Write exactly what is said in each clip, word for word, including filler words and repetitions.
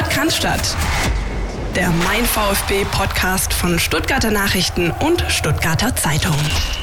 Podcast, der Mein VfB-Podcast von Stuttgarter Nachrichten und Stuttgarter Zeitung.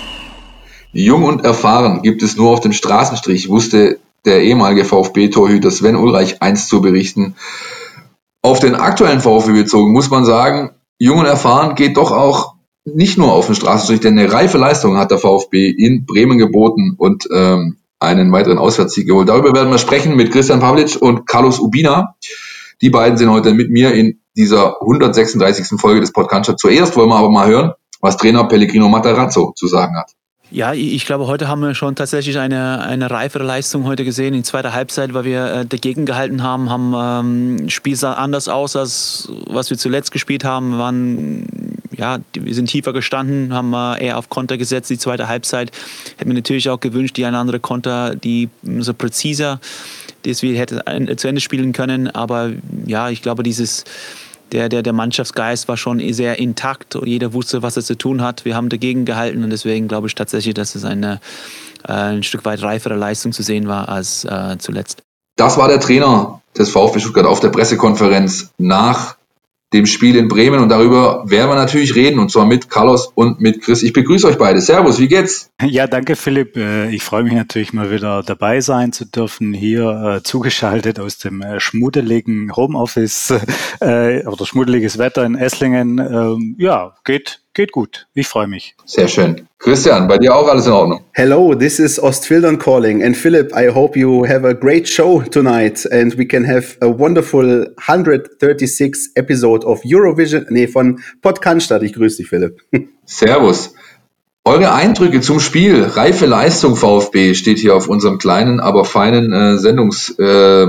Jung und erfahren gibt es nur auf dem Straßenstrich, wusste der ehemalige VfB-Torhüter Sven Ulreich einst zu berichten. Auf den aktuellen VfB bezogen muss man sagen, jung und erfahren geht doch auch nicht nur auf den Straßenstrich, denn eine reife Leistung hat der VfB in Bremen geboten und ähm, einen weiteren Auswärtssieg geholt. Darüber werden wir sprechen mit Christian Pavlic und Carlos Urbina. Die beiden sind heute mit mir in dieser hundertsechsunddreißigsten Folge des Podcasts. Zuerst wollen wir aber mal hören, was Trainer Pellegrino Matarazzo zu sagen hat. Ja, ich glaube, heute haben wir schon tatsächlich eine, eine reifere Leistung heute gesehen in zweiter Halbzeit, weil wir äh, dagegen gehalten haben, haben ähm, Spiel sah anders aus, als was wir zuletzt gespielt haben. Wir waren, ja, wir sind tiefer gestanden, haben äh, eher auf Konter gesetzt, die zweite Halbzeit. Hätte mir natürlich auch gewünscht, die eine andere Konter, die so präziser, das wir hätten zu Ende spielen können. Aber ja, ich glaube, dieses Der, der, der Mannschaftsgeist war schon sehr intakt und jeder wusste, was er zu tun hat. Wir haben dagegen gehalten und deswegen glaube ich tatsächlich, dass es eine, äh, ein Stück weit reifere Leistung zu sehen war als äh, zuletzt. Das war der Trainer des VfB Stuttgart auf der Pressekonferenz nach dem Spiel in Bremen und darüber werden wir natürlich reden und zwar mit Carlos und mit Chris. Ich begrüße euch beide. Servus, wie geht's? Ja, danke Philipp. Ich freue mich natürlich mal wieder dabei sein zu dürfen, hier äh, zugeschaltet aus dem äh, schmuddeligen Homeoffice äh, oder schmuddeliges Wetter in Esslingen. Ähm, ja, geht Geht gut. Ich freue mich. Sehr schön. Christian, bei dir auch alles in Ordnung? Hello, this is Ostfildern calling. And Philip, I hope you have a great show tonight and we can have a wonderful one thirty-six episode of Eurovision, nee, von Podcast. Ich grüße dich, Philipp. Servus. Eure Eindrücke zum Spiel, reife Leistung VfB, steht hier auf unserem kleinen, aber feinen äh, Sendungssheet.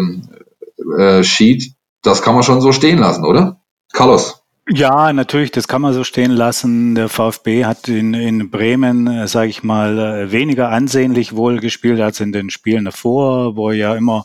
Äh, äh, das kann man schon so stehen lassen, oder? Carlos? Ja, natürlich, das kann man so stehen lassen. Der VfB hat in, in Bremen, äh, sage ich mal, weniger ansehnlich wohl gespielt als in den Spielen davor, wo er ja immer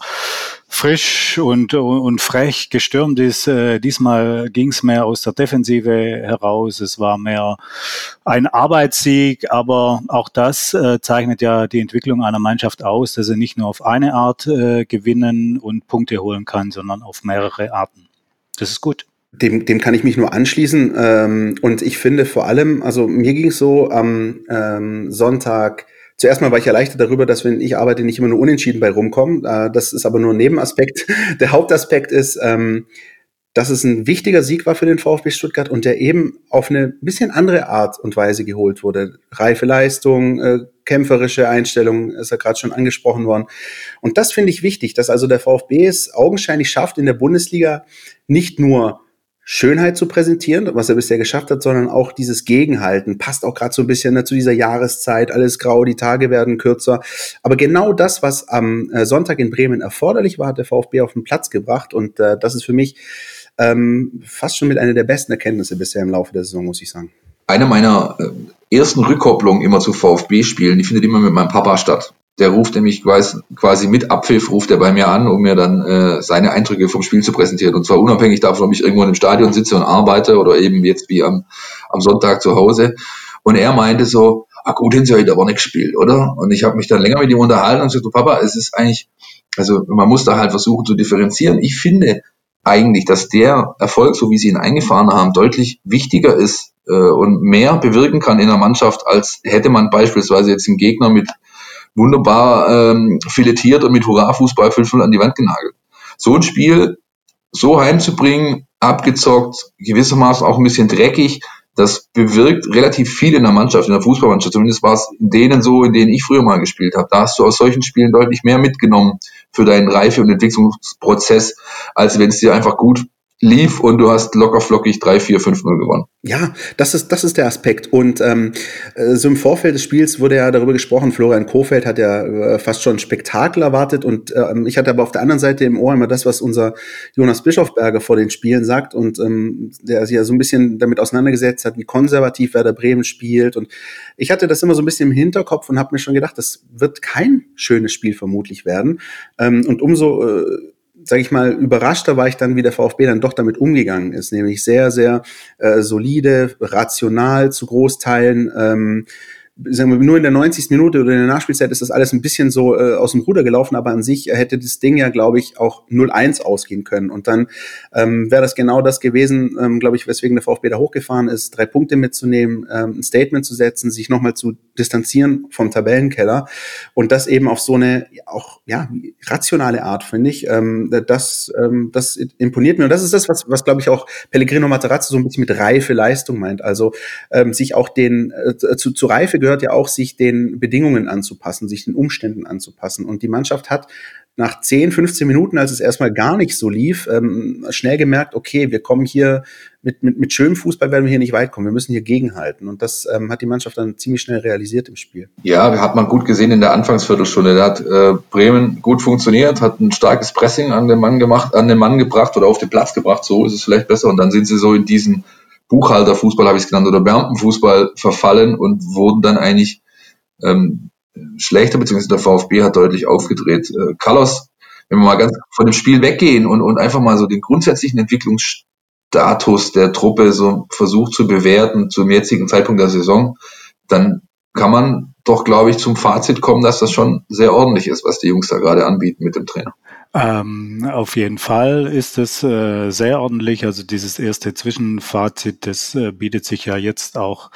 frisch und, und frech gestürmt ist. Äh, diesmal ging es mehr aus der Defensive heraus. Es war mehr ein Arbeitssieg, aber auch das äh, zeichnet ja die Entwicklung einer Mannschaft aus, dass er nicht nur auf eine Art äh, gewinnen und Punkte holen kann, sondern auf mehrere Arten. Das ist gut. Dem, dem kann ich mich nur anschließen. Ähm, und ich finde vor allem, also mir ging es so am ähm, Sonntag, zuerst mal war ich erleichtert darüber, dass wenn ich arbeite, nicht immer nur unentschieden bei rumkommen. Äh, das ist aber nur ein Nebenaspekt. Der Hauptaspekt ist, ähm, dass es ein wichtiger Sieg war für den VfB Stuttgart und der eben auf eine bisschen andere Art und Weise geholt wurde. Reife Leistung, äh, kämpferische Einstellung, ist ja gerade schon angesprochen worden. Und das finde ich wichtig, dass also der VfB es augenscheinlich schafft, in der Bundesliga nicht nur Schönheit zu präsentieren, was er bisher geschafft hat, sondern auch dieses Gegenhalten. Passt auch gerade so ein bisschen ne, zu dieser Jahreszeit, alles grau, die Tage werden kürzer. Aber genau das, was am äh, Sonntag in Bremen erforderlich war, hat der VfB auf den Platz gebracht. Und äh, das ist für mich ähm, fast schon mit einer der besten Erkenntnisse bisher im Laufe der Saison, muss ich sagen. Eine meiner äh, ersten Rückkopplungen immer zu VfB-Spielen, die findet immer mit meinem Papa statt. Der ruft nämlich quasi mit Abpfiff, ruft er bei mir an, um mir dann äh, seine Eindrücke vom Spiel zu präsentieren. Und zwar unabhängig davon, ob ich irgendwo im Stadion sitze und arbeite oder eben jetzt wie am, am Sonntag zu Hause. Und er meinte so, ah gut, haben sie heute aber nicht gespielt, oder? Und ich habe mich dann länger mit ihm unterhalten und gesagt, Papa, es ist eigentlich, also man muss da halt versuchen zu differenzieren. Ich finde eigentlich, dass der Erfolg, so wie sie ihn eingefahren haben, deutlich wichtiger ist äh, und mehr bewirken kann in der Mannschaft, als hätte man beispielsweise jetzt einen Gegner mit wunderbar ähm, filetiert und mit Hurra-Fußball fünf null an die Wand genagelt. So ein Spiel so heimzubringen, abgezockt, gewissermaßen auch ein bisschen dreckig, das bewirkt relativ viel in der Mannschaft, in der Fußballmannschaft. Zumindest war es in denen so, in denen ich früher mal gespielt habe. Da hast du aus solchen Spielen deutlich mehr mitgenommen für deinen Reife- und Entwicklungsprozess, als wenn es dir einfach gut lief und du hast locker flockig drei, vier, fünf null gewonnen. Ja, das ist, das ist der Aspekt. Und ähm, so im Vorfeld des Spiels wurde ja darüber gesprochen, Florian Kohfeldt hat ja äh, fast schon ein Spektakel erwartet und ähm, ich hatte aber auf der anderen Seite im Ohr immer das, was unser Jonas Bischofberger vor den Spielen sagt und ähm, der sich ja so ein bisschen damit auseinandergesetzt hat, wie konservativ Werder Bremen spielt und ich hatte das immer so ein bisschen im Hinterkopf und habe mir schon gedacht, das wird kein schönes Spiel vermutlich werden ähm, und umso äh, sage ich mal, überraschter war ich dann, wie der VfB dann doch damit umgegangen ist, nämlich sehr, sehr äh, solide, rational zu Großteilen, ähm, sagen wir, nur in der neunzigsten Minute oder in der Nachspielzeit ist das alles ein bisschen so äh, aus dem Ruder gelaufen, aber an sich hätte das Ding ja, glaube ich, auch null eins ausgehen können. Und dann ähm, wäre das genau das gewesen, ähm, glaube ich, weswegen der VfB da hochgefahren ist, drei Punkte mitzunehmen, ähm, ein Statement zu setzen, sich nochmal zu distanzieren vom Tabellenkeller und das eben auf so eine auch ja rationale Art, finde ich. Ähm, das, ähm, das imponiert mir und das ist das, was, was glaube ich auch Pellegrino Matarazzo so ein bisschen mit reife Leistung meint. Also ähm, sich auch den äh, zu, zu Reife gehört ja auch, sich den Bedingungen anzupassen, sich den Umständen anzupassen. Und die Mannschaft hat nach zehn, fünfzehn Minuten, als es erstmal gar nicht so lief, ähm, schnell gemerkt, okay, wir kommen hier mit, mit, mit schönem Fußball werden wir hier nicht weit kommen. Wir müssen hier gegenhalten. Und das ähm, hat die Mannschaft dann ziemlich schnell realisiert im Spiel. Ja, hat man gut gesehen in der Anfangsviertelstunde. Da hat äh, Bremen gut funktioniert, hat ein starkes Pressing an den Mann gemacht, an den Mann gebracht oder auf den Platz gebracht. So ist es vielleicht besser. Und dann sind sie so in diesen Buchhalterfußball, habe ich es genannt, oder Beamtenfußball verfallen und wurden dann eigentlich ähm, schlechter, beziehungsweise der VfB hat deutlich aufgedreht. Äh, Carlos, wenn wir mal ganz von dem Spiel weggehen und, und einfach mal so den grundsätzlichen Entwicklungsstatus der Truppe so versucht zu bewerten zum jetzigen Zeitpunkt der Saison, dann kann man doch, glaube ich, zum Fazit kommen, dass das schon sehr ordentlich ist, was die Jungs da gerade anbieten mit dem Trainer. Ähm, auf jeden Fall ist es äh, sehr ordentlich. Also dieses erste Zwischenfazit, das äh, bietet sich ja jetzt auch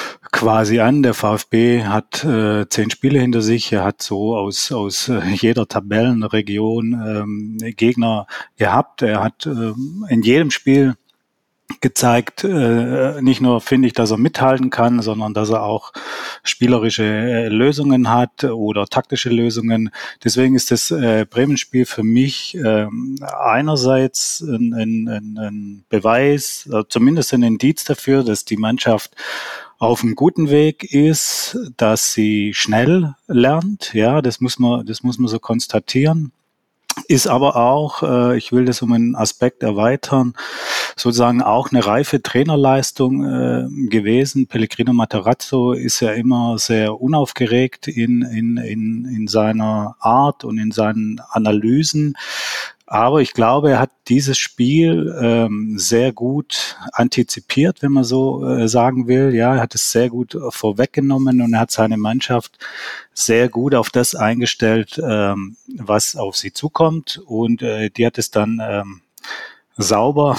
quasi an. Der VfB hat äh, zehn Spiele hinter sich. Er hat so aus aus äh, jeder Tabellenregion ähm, Gegner gehabt. Er hat äh, in jedem Spiel gezeigt, äh, nicht nur finde ich, dass er mithalten kann, sondern dass er auch spielerische äh, Lösungen hat oder taktische Lösungen. Deswegen ist das äh, Bremen-Spiel für mich äh, einerseits ein, ein, ein Beweis, äh, zumindest ein Indiz dafür, dass die Mannschaft auf einem guten Weg ist, dass sie schnell lernt. Ja, das muss man, das muss man so konstatieren. Ist aber auch, äh, ich will das um einen Aspekt erweitern, sozusagen auch eine reife Trainerleistung äh, gewesen. Pellegrino Matarazzo ist ja immer sehr unaufgeregt in, in, in, in seiner Art und in seinen Analysen. Aber ich glaube, er hat dieses Spiel ähm, sehr gut antizipiert, wenn man so äh, sagen will. Ja, er hat es sehr gut vorweggenommen und er hat seine Mannschaft sehr gut auf das eingestellt, ähm, was auf sie zukommt. Und äh, die hat es dann ähm, sauber,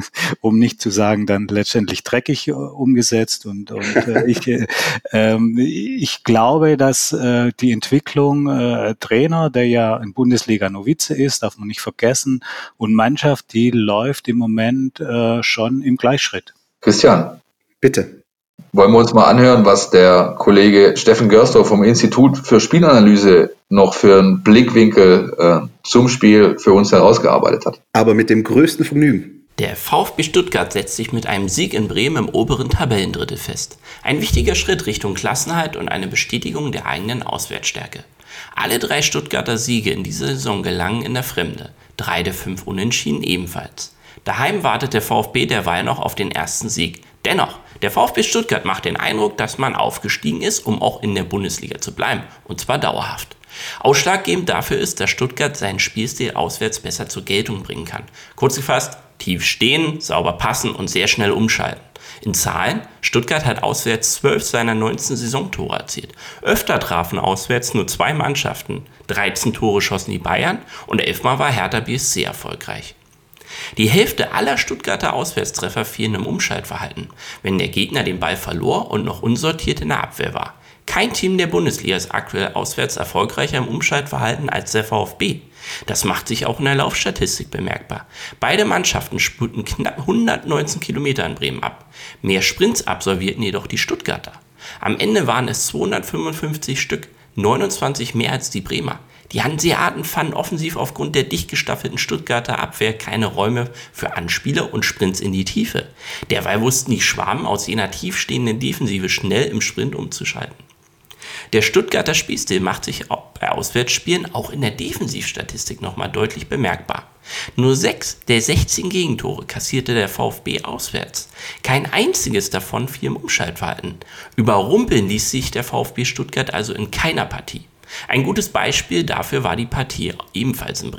um nicht zu sagen, dann letztendlich dreckig äh, umgesetzt. Und, und äh, ich, äh, ähm, ich glaube, dass äh, die Entwicklung äh, Trainer, der ja ein Bundesliga-Novize ist, darf man nicht vergessen, und Mannschaft, die läuft im Moment äh, schon im Gleichschritt. Christian, bitte. Wollen wir uns mal anhören, was der Kollege Steffen Görsdorf vom Institut für Spielanalyse noch für einen Blickwinkel äh, zum Spiel für uns herausgearbeitet hat. Aber mit dem größten Vergnügen. Der VfB Stuttgart setzt sich mit einem Sieg in Bremen im oberen Tabellendrittel fest. Ein wichtiger Schritt Richtung Klassenhalt und eine Bestätigung der eigenen Auswärtsstärke. Alle drei Stuttgarter Siege in dieser Saison gelangen in der Fremde. Drei der fünf Unentschieden ebenfalls. Daheim wartet der VfB derweil noch auf den ersten Sieg. Dennoch, der VfB Stuttgart macht den Eindruck, dass man aufgestiegen ist, um auch in der Bundesliga zu bleiben. Und zwar dauerhaft. Ausschlaggebend dafür ist, dass Stuttgart seinen Spielstil auswärts besser zur Geltung bringen kann. Kurz gefasst, tief stehen, sauber passen und sehr schnell umschalten. In Zahlen, Stuttgart hat auswärts zwölf seiner neunzehn Saisontore erzielt. Öfter trafen auswärts nur zwei Mannschaften. dreizehn Tore schossen die Bayern und elfmal war Hertha B S C erfolgreich. Die Hälfte aller Stuttgarter Auswärtstreffer fielen im Umschaltverhalten, wenn der Gegner den Ball verlor und noch unsortiert in der Abwehr war. Kein Team der Bundesliga ist aktuell auswärts erfolgreicher im Umschaltverhalten als der VfB. Das macht sich auch in der Laufstatistik bemerkbar. Beide Mannschaften spulten knapp hundertneunzehn Kilometer in Bremen ab. Mehr Sprints absolvierten jedoch die Stuttgarter. Am Ende waren es zweihundertfünfundfünfzig Stück, neunundzwanzig mehr als die Bremer. Die Hanseaten fanden offensiv aufgrund der dicht gestaffelten Stuttgarter Abwehr keine Räume für Anspiele und Sprints in die Tiefe. Derweil wussten die Schwaben aus jener tiefstehenden Defensive schnell im Sprint umzuschalten. Der Stuttgarter Spielstil macht sich bei Auswärtsspielen auch in der Defensivstatistik nochmal deutlich bemerkbar. Nur sechs der sechzehn Gegentore kassierte der VfB auswärts. Kein einziges davon fiel im Umschaltverhalten. Überrumpeln ließ sich der VfB Stuttgart also in keiner Partie. Ein gutes Beispiel dafür war die Partie ebenfalls in Bremen.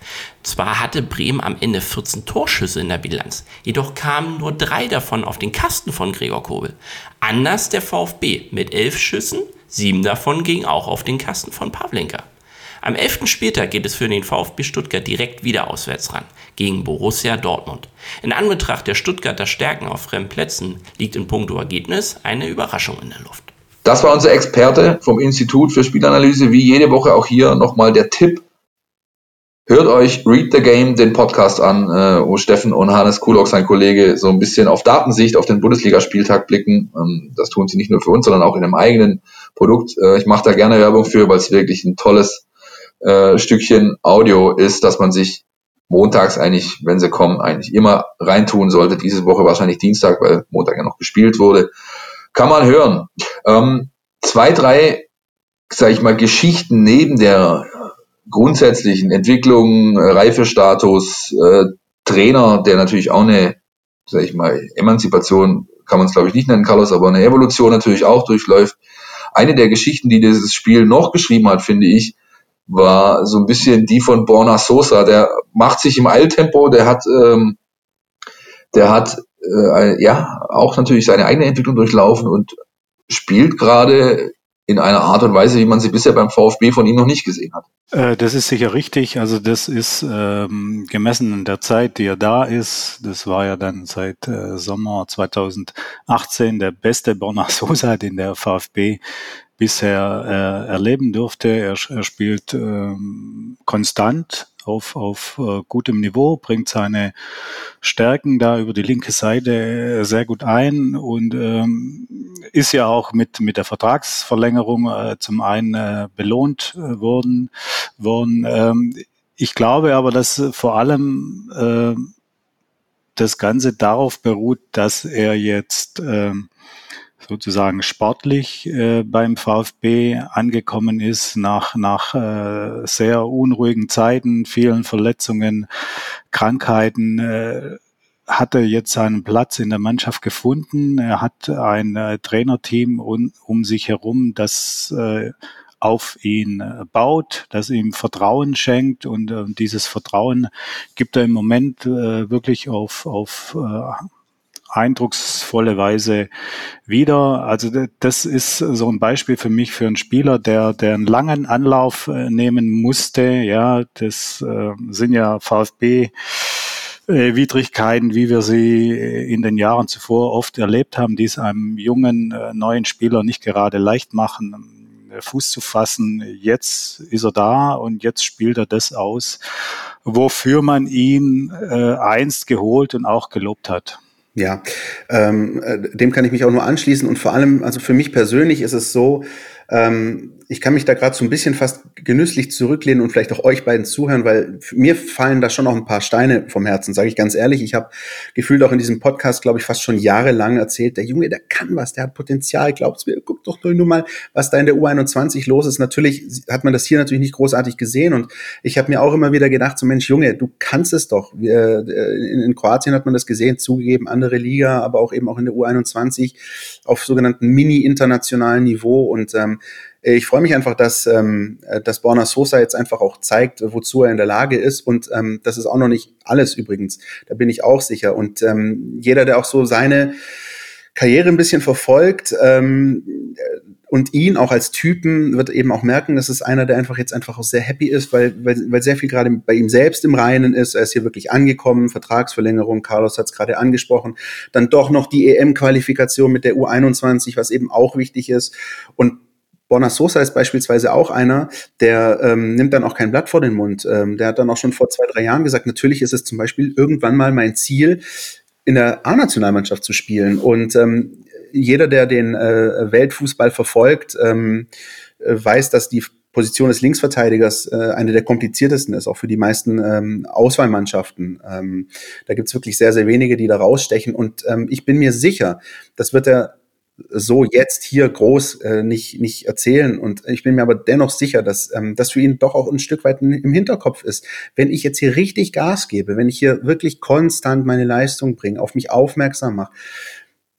Zwar hatte Bremen am Ende vierzehn Torschüsse in der Bilanz, jedoch kamen nur drei davon auf den Kasten von Gregor Kobel. Anders der VfB mit elf Schüssen, sieben davon gingen auch auf den Kasten von Pavlenka. Am elften Spieltag geht es für den VfB Stuttgart direkt wieder auswärts ran, gegen Borussia Dortmund. In Anbetracht der Stuttgarter Stärken auf fremden Plätzen liegt in puncto Ergebnis eine Überraschung in der Luft. Das war unser Experte vom Institut für Spielanalyse. Wie jede Woche auch hier nochmal der Tipp. Hört euch Read the Game, den Podcast an, wo Steffen und Hannes Kuhlhock, sein Kollege, so ein bisschen auf Datensicht auf den Bundesligaspieltag blicken. Das tun sie nicht nur für uns, sondern auch in einem eigenen Produkt. Ich mache da gerne Werbung für, weil es wirklich ein tolles äh, Stückchen Audio ist, dass man sich montags eigentlich, wenn sie kommen, eigentlich immer reintun sollte. Diese Woche wahrscheinlich Dienstag, weil Montag ja noch gespielt wurde. Kann man hören. Ähm, zwei, drei, sage ich mal, Geschichten neben der grundsätzlichen Entwicklung, äh, Reifestatus, äh, Trainer, der natürlich auch eine, sage ich mal, Emanzipation, kann man es glaube ich nicht nennen, Carlos, aber eine Evolution natürlich auch durchläuft. Eine der Geschichten, die dieses Spiel noch geschrieben hat, finde ich, war so ein bisschen die von Borna Sosa. Der macht sich im Eiltempo, der hat, ähm, der hat äh, ja auch natürlich seine eigene Entwicklung durchlaufen und spielt gerade in einer Art und Weise, wie man sie bisher beim VfB von ihm noch nicht gesehen hat. Äh, das ist sicher richtig. Also das ist ähm, gemessen in der Zeit, die er da ist. Das war ja dann seit äh, Sommer zweitausendachtzehn der beste Borna Sosa, den der VfB bisher äh, erleben durfte. Er, er spielt ähm, konstant auf, auf äh, gutem Niveau, bringt seine Stärken da über die linke Seite sehr gut ein und ähm, ist ja auch mit, mit der Vertragsverlängerung äh, zum einen äh, belohnt äh, worden. worden. Ähm, ich glaube aber, dass vor allem äh, das Ganze darauf beruht, dass er jetzt äh, sozusagen sportlich äh, beim VfB angekommen ist, nach, nach äh, sehr unruhigen Zeiten, vielen Verletzungen, Krankheiten, äh, hat er jetzt seinen Platz in der Mannschaft gefunden. Er hat ein äh, Trainerteam um, um sich herum, das äh, auf ihn baut, das ihm Vertrauen schenkt und äh, dieses Vertrauen gibt er im Moment äh, wirklich auf, auf äh, eindrucksvolle Weise wieder. Also das ist so ein Beispiel für mich für einen Spieler, der, der einen langen Anlauf äh, nehmen musste. Ja, das äh, sind ja VfB äh, Widrigkeiten, wie wir sie in den Jahren zuvor oft erlebt haben, die es einem jungen, äh, neuen Spieler nicht gerade leicht machen, Fuß zu fassen. Jetzt ist er da und jetzt spielt er das aus, wofür man ihn äh, einst geholt und auch gelobt hat. Ja, ähm, dem kann ich mich auch nur anschließen und vor allem, also für mich persönlich ist es so, ähm, ich kann mich da gerade so ein bisschen fast genüsslich zurücklehnen und vielleicht auch euch beiden zuhören, weil mir fallen da schon noch ein paar Steine vom Herzen, sage ich ganz ehrlich. Ich habe gefühlt auch in diesem Podcast, glaube ich, fast schon jahrelang erzählt, der Junge, der kann was, der hat Potenzial, glaubt's mir, guckt doch nur mal, was da in der U einundzwanzig los ist. Natürlich hat man das hier natürlich nicht großartig gesehen und ich habe mir auch immer wieder gedacht, so Mensch, Junge, du kannst es doch. Wir, in, in Kroatien hat man das gesehen, zugegeben, andere Liga, aber auch eben auch in der U einundzwanzig auf sogenannten mini-internationalen Niveau und ähm, ich freue mich einfach, dass, ähm, dass Borna Sosa jetzt einfach auch zeigt, wozu er in der Lage ist. Und ähm, das ist auch noch nicht alles übrigens. Da bin ich auch sicher. Und ähm, jeder, der auch so seine Karriere ein bisschen verfolgt ähm, und ihn auch als Typen, wird eben auch merken, dass es einer, der einfach jetzt einfach auch sehr happy ist, weil, weil, weil sehr viel gerade bei ihm selbst im Reinen ist. Er ist hier wirklich angekommen, Vertragsverlängerung, Carlos hat es gerade angesprochen. Dann doch noch die E M-Qualifikation mit der U einundzwanzig, was eben auch wichtig ist. Und Borna Sosa ist beispielsweise auch einer, der ähm, nimmt dann auch kein Blatt vor den Mund. Ähm, der hat dann auch schon vor zwei, drei Jahren gesagt, natürlich ist es zum Beispiel irgendwann mal mein Ziel, in der A-Nationalmannschaft zu spielen. Und ähm, jeder, der den äh, Weltfußball verfolgt, ähm, äh, weiß, dass die Position des Linksverteidigers äh, eine der kompliziertesten ist, auch für die meisten ähm, Auswahlmannschaften. Ähm, da gibt's wirklich sehr, sehr wenige, die da rausstechen. Und ähm, ich bin mir sicher, das wird er so jetzt hier groß äh, nicht nicht erzählen und ich bin mir aber dennoch sicher, dass ähm, das für ihn doch auch ein Stück weit im Hinterkopf ist. Wenn ich jetzt hier richtig Gas gebe, wenn ich hier wirklich konstant meine Leistung bringe, auf mich aufmerksam mache,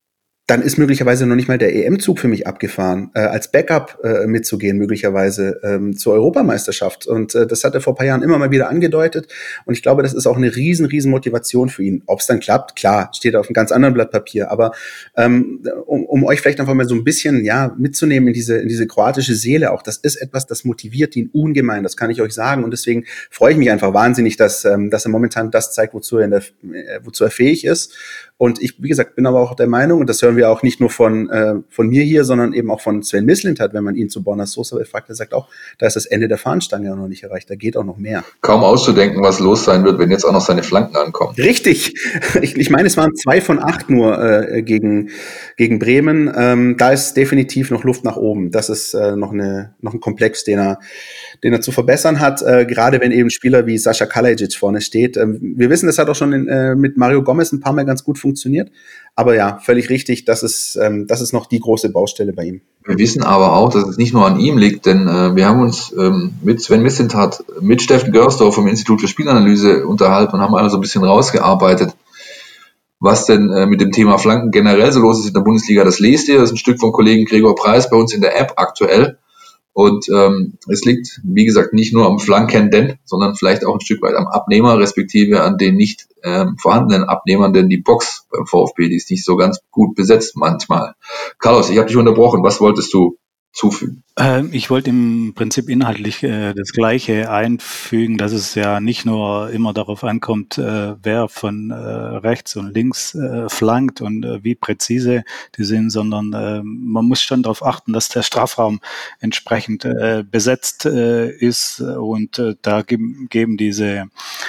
dann ist möglicherweise noch nicht mal der E M-Zug für mich abgefahren, äh, als Backup äh, mitzugehen, möglicherweise ähm, zur Europameisterschaft. Und äh, das hat er vor ein paar Jahren immer mal wieder angedeutet. Und ich glaube, das ist auch eine riesen, riesen Motivation für ihn. Ob es dann klappt, klar, steht auf einem ganz anderen Blatt Papier. Aber ähm, um, um euch vielleicht einfach mal so ein bisschen ja mitzunehmen in diese, in diese kroatische Seele auch, das ist etwas, das motiviert ihn ungemein, das kann ich euch sagen. Und deswegen freue ich mich einfach wahnsinnig, dass, ähm, dass er momentan das zeigt, wozu er, in der, äh, wozu er fähig ist. Und ich, wie gesagt, bin aber auch der Meinung, und das hören wir auch nicht nur von, äh, von mir hier, sondern eben auch von Sven Mislintat, wenn man ihn zu Borna Sosa befragt, der sagt auch, da ist das Ende der Fahnenstange ja noch nicht erreicht, da geht auch noch mehr. Kaum auszudenken, was los sein wird, wenn jetzt auch noch seine Flanken ankommen. Richtig. Ich, ich meine, es waren zwei von acht nur äh, gegen, gegen Bremen. Ähm, da ist definitiv noch Luft nach oben. Das ist äh, noch, eine, noch ein Komplex, den er, den er zu verbessern hat, äh, gerade wenn eben Spieler wie Sascha Kalajic vorne steht. Ähm, wir wissen, das hat auch schon in, äh, mit Mario Gomez ein paar Mal ganz gut funktioniert. Aber ja, völlig richtig, das ist, ähm, das ist noch die große Baustelle bei ihm. Wir wissen aber auch, dass es nicht nur an ihm liegt, denn äh, wir haben uns ähm, mit Sven Mislintat, mit Steffen Görsdorf vom Institut für Spielanalyse unterhalten und haben alle so ein bisschen rausgearbeitet, was denn äh, mit dem Thema Flanken generell so los ist in der Bundesliga. Das lest ihr, das ist ein Stück vom Kollegen Gregor Preis bei uns in der App aktuell. Und ähm, es liegt, wie gesagt, nicht nur am Flankenden, sondern vielleicht auch ein Stück weit am Abnehmer, respektive an den nicht ähm, vorhandenen Abnehmern, denn die Box beim VfB, die ist nicht so ganz gut besetzt manchmal. Carlos, ich habe dich unterbrochen. Was wolltest du zufügen? Ähm, ich wollte im Prinzip inhaltlich äh, das Gleiche einfügen, dass es ja nicht nur immer darauf ankommt, äh, wer von äh, rechts und links äh, flankt und äh, wie präzise die sind, sondern äh, man muss schon darauf achten, dass der Strafraum entsprechend äh, besetzt äh, ist und äh, da geben, geben diese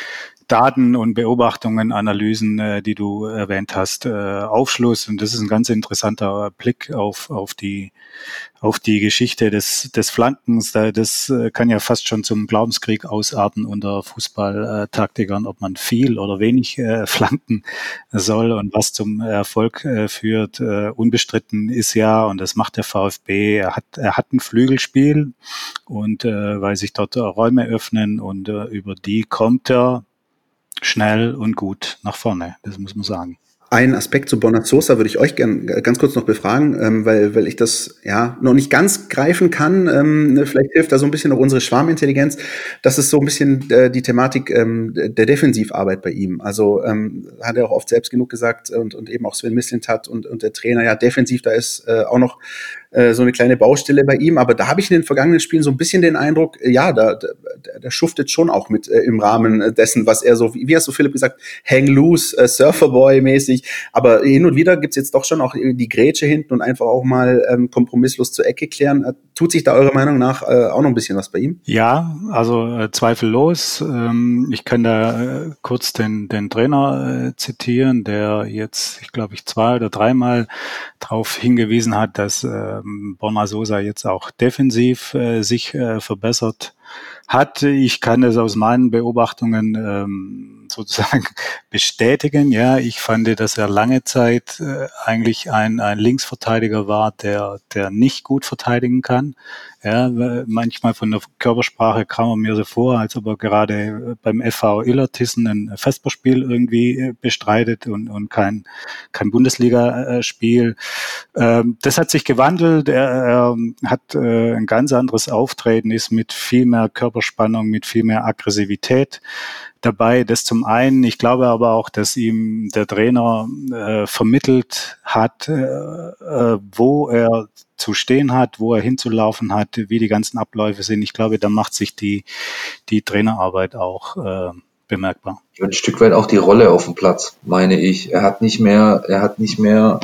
Daten und Beobachtungen, Analysen, äh, die du erwähnt hast, äh, Aufschluss. Und das ist ein ganz interessanter Blick auf, auf die, auf die Geschichte des, des Flankens. Das äh, kann ja fast schon zum Glaubenskrieg ausarten unter Fußballtaktikern, ob man viel oder wenig äh, flanken soll und was zum Erfolg äh, führt. Äh, unbestritten ist ja, und das macht der VfB, er hat, er hat ein Flügelspiel und äh, weil sich dort Räume öffnen und äh, über die kommt er schnell und gut nach vorne, das muss man sagen. Ein Aspekt zu Borna Sosa würde ich euch gern ganz kurz noch befragen, ähm, weil, weil ich das ja noch nicht ganz greifen kann. Ähm, vielleicht hilft da so ein bisschen noch unsere Schwarmintelligenz. Das ist so ein bisschen äh, die Thematik ähm, der Defensivarbeit bei ihm. Also ähm, hat er auch oft selbst genug gesagt und, und eben auch Sven Mislintat und, und der Trainer, ja, defensiv, da ist äh, auch noch äh, so eine kleine Baustelle bei ihm. Aber da habe ich in den vergangenen Spielen so ein bisschen den Eindruck, äh, ja, da, da, der schuftet schon auch mit äh, im Rahmen dessen, was er so, wie, wie hast du Philipp gesagt, hang loose, äh, Surferboy-mäßig. Aber hin und wieder gibt's jetzt doch schon auch die Grätsche hinten und einfach auch mal ähm, kompromisslos zur Ecke klären. Äh, tut sich da eurer Meinung nach äh, auch noch ein bisschen was bei ihm? Ja, also äh, zweifellos. Ähm, ich kann da äh, kurz den, den Trainer äh, zitieren, der jetzt, ich glaube, ich zwei oder dreimal darauf hingewiesen hat, dass ähm, Borna Sosa jetzt auch defensiv äh, sich äh, verbessert hat. Ich kann das aus meinen Beobachtungen ähm, sozusagen bestätigen. Ja, ich fand, dass er lange Zeit äh, eigentlich ein, ein Linksverteidiger war, der, der nicht gut verteidigen kann. Ja, manchmal von der Körpersprache kam er mir so vor, als ob er gerade beim F V Illertissen ein Vesperspiel irgendwie bestreitet und, und kein, kein Bundesligaspiel. Ähm, das hat sich gewandelt. Er, er hat äh, ein ganz anderes Auftreten, ist mit viel mehr Körperspannung, mit viel mehr Aggressivität dabei. Das zum einen. Ich glaube aber auch, dass ihm der Trainer äh, vermittelt hat, äh, äh, wo er zu stehen hat, wo er hinzulaufen hat, wie die ganzen Abläufe sind. Ich glaube, da macht sich die, die Trainerarbeit auch äh, bemerkbar. Ein Stück weit auch die Rolle auf dem Platz, meine ich. Er hat nicht mehr, er hat nicht mehr,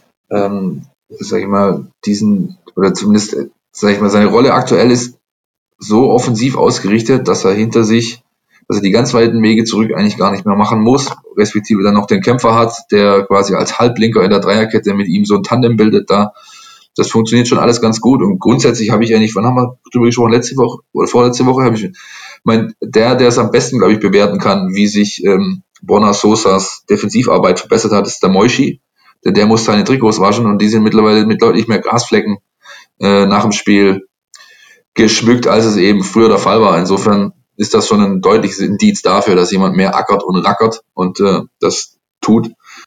ähm, sag ich mal, diesen, oder zumindest, sag ich mal, seine Rolle aktuell ist so offensiv ausgerichtet, dass er hinter sich, dass er die ganz weiten Wege zurück eigentlich gar nicht mehr machen muss, respektive dann noch den Kämpfer hat, der quasi als Halblinker in der Dreierkette mit ihm so ein Tandem bildet da. Das funktioniert schon alles ganz gut und grundsätzlich habe ich eigentlich, wann haben wir drüber gesprochen, letzte Woche oder vorletzte Woche habe ich, mein, der, der es am besten, glaube ich, bewerten kann, wie sich ähm, Borna Sosas Defensivarbeit verbessert hat, ist der Moischi, denn der muss seine Trikots waschen und die sind mittlerweile mit deutlich mehr Grasflecken äh, nach dem Spiel geschmückt, als es eben früher der Fall war. Insofern ist das schon ein deutliches Indiz dafür, dass jemand mehr ackert und rackert und äh, das tut.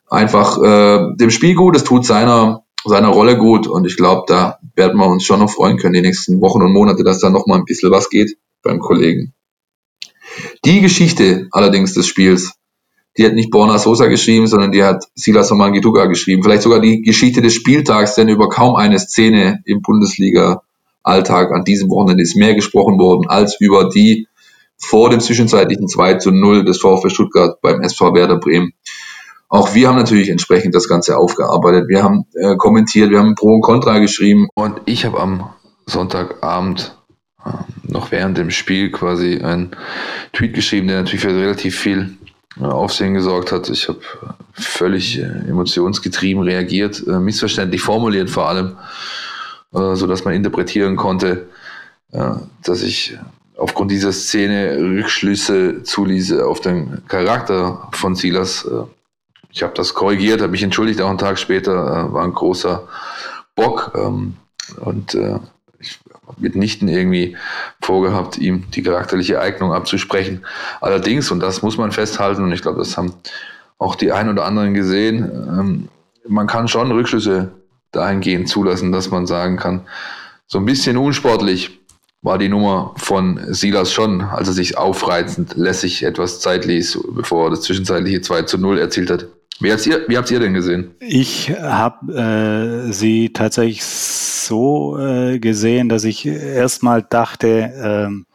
einfach äh, dem Spiel gut, es tut seiner seiner Rolle gut und ich glaube, da werden wir uns schon noch freuen können, die nächsten Wochen und Monate, dass da noch mal ein bisschen was geht beim Kollegen. Die Geschichte allerdings des Spiels, die hat nicht Borna Sosa geschrieben, sondern die hat Silas Wamangituka geschrieben. Vielleicht sogar die Geschichte des Spieltags, denn über kaum eine Szene im Bundesliga-Alltag an diesem Wochenende ist mehr gesprochen worden, als über die vor dem zwischenzeitlichen zwei zu null des VfB Stuttgart beim S V Werder Bremen. Auch wir haben natürlich entsprechend das Ganze aufgearbeitet. Wir haben äh, kommentiert, wir haben Pro und Contra geschrieben. Und ich habe am Sonntagabend äh, noch während dem Spiel quasi einen Tweet geschrieben, der natürlich für relativ viel äh, Aufsehen gesorgt hat. Ich habe völlig äh, emotionsgetrieben reagiert, äh, missverständlich formuliert vor allem, äh, sodass man interpretieren konnte, äh, dass ich aufgrund dieser Szene Rückschlüsse zuließe auf den Charakter von Silas. Äh, Ich habe das korrigiert, habe mich entschuldigt, auch einen Tag später, äh, war ein großer Bock ähm, und äh, ich habe mitnichten irgendwie vorgehabt, ihm die charakterliche Eignung abzusprechen. Allerdings, und das muss man festhalten, und ich glaube, das haben auch die ein oder anderen gesehen, ähm, man kann schon Rückschlüsse dahingehend zulassen, dass man sagen kann, so ein bisschen unsportlich war die Nummer von Silas schon, als er sich aufreizend lässig etwas Zeit ließ, bevor er das zwischenzeitliche zwei zu null erzielt hat. Wie habt ihr, wie habt ihr denn gesehen? Ich habe äh, sie tatsächlich so äh, gesehen, dass ich erstmal dachte, ähm,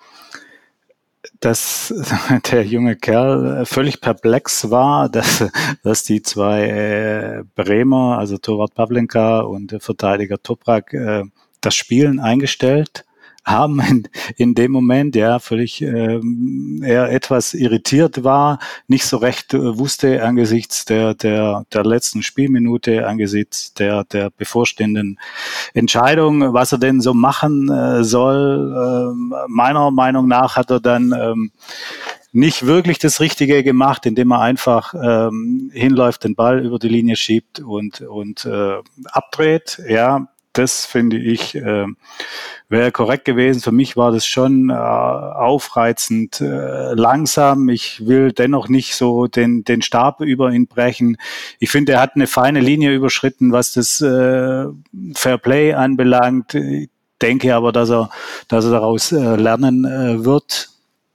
dass der junge Kerl völlig perplex war, dass, dass die zwei äh, Bremer, also Torwart Pavlenka und der Verteidiger Toprak, äh, das Spielen eingestellt haben in, in dem Moment, ja, völlig ähm, er etwas irritiert war, nicht so recht äh, wusste angesichts der der der letzten Spielminute, angesichts der der bevorstehenden Entscheidung, was er denn so machen äh, soll. Ähm, meiner Meinung nach hat er dann ähm, nicht wirklich das Richtige gemacht, indem er einfach ähm, hinläuft, den Ball über die Linie schiebt und und äh, abdreht, ja. Das finde ich äh, wäre korrekt gewesen. Für mich war das schon äh, aufreizend äh, langsam. Ich will dennoch nicht so den den Stab über ihn brechen. Ich finde, er hat eine feine Linie überschritten, was das äh, Fair Play anbelangt. Ich denke aber, dass er dass er daraus äh, lernen äh, wird.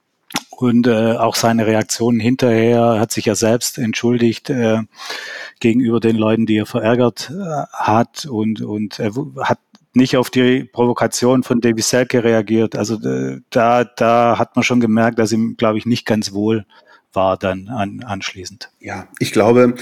Und äh, auch seine Reaktionen hinterher, hat sich ja selbst entschuldigt äh, gegenüber den Leuten, die er verärgert äh, hat, und und er w- hat nicht auf die Provokation von Davy Selke reagiert. Also äh, da da hat man schon gemerkt, dass ihm, glaube ich, nicht ganz wohl war dann an, anschließend. Ja, ich glaube,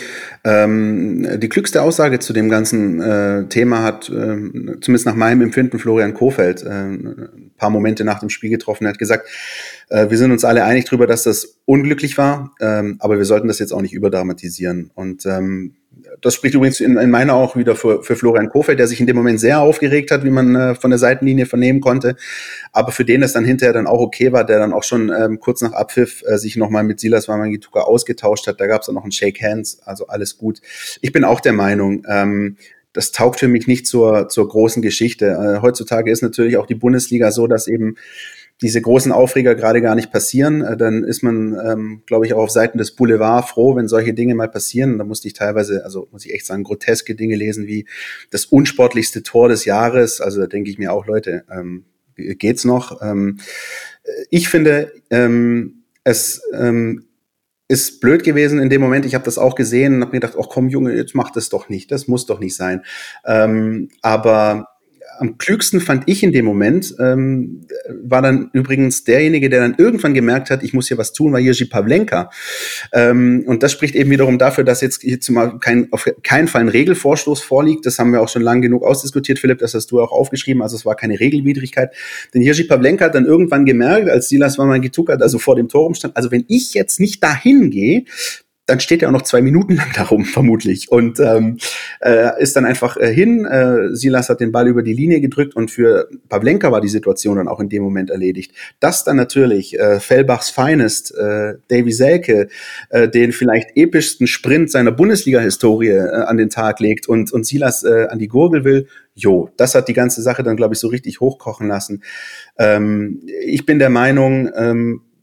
ähm, die klügste Aussage zu dem ganzen äh, Thema hat, äh, zumindest nach meinem Empfinden, Florian Kohfeldt äh, ein paar Momente nach dem Spiel getroffen. Er hat gesagt, äh, wir sind uns alle einig darüber, dass das unglücklich war, ähm, aber wir sollten das jetzt auch nicht überdramatisieren. Und ähm, das spricht übrigens in, in meiner auch wieder für, für Florian Kohfeldt, der sich in dem Moment sehr aufgeregt hat, wie man äh, von der Seitenlinie vernehmen konnte, aber für den es dann hinterher dann auch okay war, der dann auch schon ähm, kurz nach Abpfiff äh, sich nochmal mit Silas Wamangituka ausgetauscht hat. Da gab es dann noch ein Shake Hands, also alles gut. Ich bin auch der Meinung, ähm, das taugt für mich nicht zur, zur großen Geschichte. Äh, heutzutage ist natürlich auch die Bundesliga so, dass eben diese großen Aufreger gerade gar nicht passieren. Äh, dann ist man, ähm, glaube ich, auch auf Seiten des Boulevard froh, wenn solche Dinge mal passieren. Da musste ich teilweise, also muss ich echt sagen, groteske Dinge lesen, wie das unsportlichste Tor des Jahres. Also da denke ich mir auch, Leute, ähm, geht's noch? Ähm, ich finde, ähm, es ähm, ist blöd gewesen in dem Moment. Ich habe das auch gesehen und habe mir gedacht, ach komm Junge, jetzt mach das doch nicht. Das muss doch nicht sein. Ähm, aber am klügsten fand ich in dem Moment, ähm, war dann übrigens derjenige, der dann irgendwann gemerkt hat, ich muss hier was tun, war Jerzy Pavlenka. Ähm, und das spricht eben wiederum dafür, dass jetzt hier zumal kein, auf keinen Fall ein Regelvorstoß vorliegt. Das haben wir auch schon lang genug ausdiskutiert, Philipp, das hast du auch aufgeschrieben. Also es war keine Regelwidrigkeit. Denn Jerzy Pavlenka hat dann irgendwann gemerkt, als Silas Wamangituka also vor dem Tor rumstand, also wenn ich jetzt nicht dahin gehe, dann steht er auch noch zwei Minuten lang darum, vermutlich. Und ähm, äh, ist dann einfach äh, hin. Äh, Silas hat den Ball über die Linie gedrückt und für Pavlenka war die Situation dann auch in dem Moment erledigt. Dass dann natürlich äh, Fellbachs Finest, äh, Davy Selke, äh, den vielleicht epischsten Sprint seiner Bundesliga-Historie äh, an den Tag legt und, und Silas äh, an die Gurgel will, jo, das hat die ganze Sache dann, glaube ich, so richtig hochkochen lassen. Ähm, ich bin der Meinung, ähm,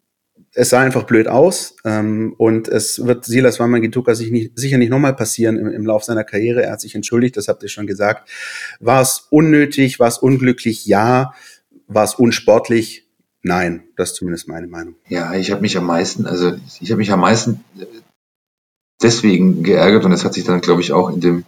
es sah einfach blöd aus ähm, und es wird Silas Wamangituka sich nicht, sicher nicht nochmal passieren im, im Lauf seiner Karriere. Er hat sich entschuldigt, das habt ihr schon gesagt. War es unnötig, war es unglücklich? Ja. War es unsportlich? Nein. Das ist zumindest meine Meinung. Ja, ich habe mich am meisten, also ich habe mich am meisten deswegen geärgert und das hat sich dann, glaube ich, auch in dem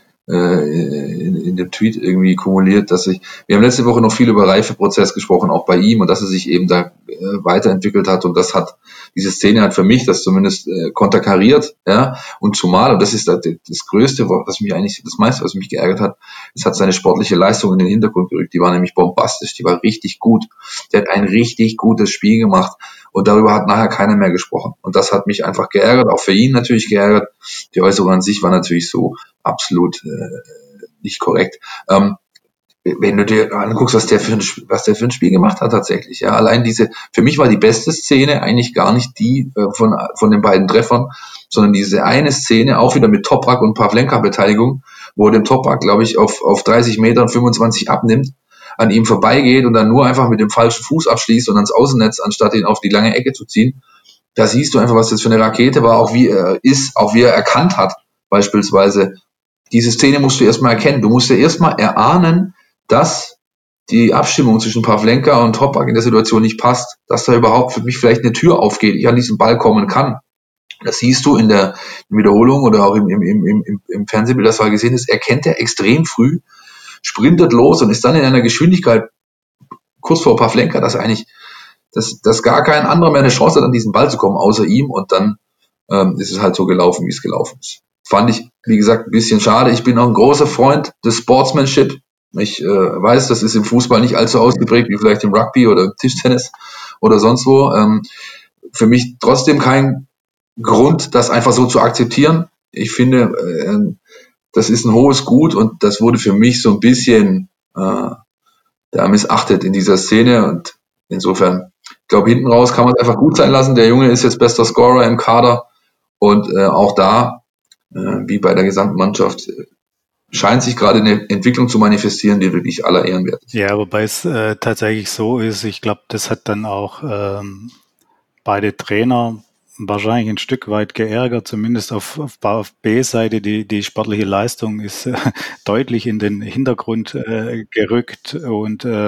In, in dem Tweet irgendwie kumuliert, dass ich, wir haben letzte Woche noch viel über Reifeprozess gesprochen, auch bei ihm und dass er sich eben da äh, weiterentwickelt hat und das hat, diese Szene hat für mich das zumindest äh, konterkariert, ja, und zumal, und das ist das, das Größte, was mich eigentlich, das meiste, was mich geärgert hat, es hat seine sportliche Leistung in den Hintergrund gerückt, die war nämlich bombastisch, die war richtig gut, der hat ein richtig gutes Spiel gemacht und darüber hat nachher keiner mehr gesprochen und das hat mich einfach geärgert, auch für ihn natürlich geärgert, die Äußerung an sich war natürlich so absolut äh, nicht korrekt. Ähm, wenn du dir anguckst, was der für ein, was der für ein Spiel gemacht hat tatsächlich, ja, allein diese, für mich war die beste Szene eigentlich gar nicht die äh, von von den beiden Treffern, sondern diese eine Szene, auch wieder mit Toprak und Pavlenka-Beteiligung, wo er dem Toprak, glaube ich, auf auf dreißig Metern fünfundzwanzig abnimmt, an ihm vorbeigeht und dann nur einfach mit dem falschen Fuß abschließt und ans Außennetz, anstatt ihn auf die lange Ecke zu ziehen. Da siehst du einfach, was das für eine Rakete war, auch wie er ist, auch wie er erkannt hat, beispielsweise. Diese Szene musst du erstmal erkennen. Du musst ja erstmal erahnen, dass die Abstimmung zwischen Pavlenka und Toprak in der Situation nicht passt, dass da überhaupt für mich vielleicht eine Tür aufgeht, ich an diesen Ball kommen kann. Das siehst du in der Wiederholung oder auch im, im, im, im, im Fernsehbild, das war gesehen ist, erkennt er extrem früh, sprintet los und ist dann in einer Geschwindigkeit kurz vor Pavlenka, dass eigentlich, dass, dass gar kein anderer mehr eine Chance hat, an diesen Ball zu kommen, außer ihm und dann ähm, ist es halt so gelaufen, wie es gelaufen ist. Fand ich, wie gesagt, ein bisschen schade. Ich bin auch ein großer Freund des Sportsmanship. Ich äh, weiß, das ist im Fußball nicht allzu ausgeprägt, wie vielleicht im Rugby oder im Tischtennis oder sonst wo. Ähm, für mich trotzdem kein Grund, das einfach so zu akzeptieren. Ich finde, äh, das ist ein hohes Gut und das wurde für mich so ein bisschen äh, ja, missachtet in dieser Szene und insofern, ich glaube, hinten raus kann man es einfach gut sein lassen. Der Junge ist jetzt bester Scorer im Kader und äh, auch da wie bei der gesamten Mannschaft, scheint sich gerade eine Entwicklung zu manifestieren, die wirklich aller Ehren wert ist. Ja, wobei es äh, tatsächlich so ist, ich glaube, das hat dann auch ähm, beide Trainer wahrscheinlich ein Stück weit geärgert, zumindest auf, auf VfB-Seite. Die, die sportliche Leistung ist äh, deutlich in den Hintergrund äh, gerückt und äh,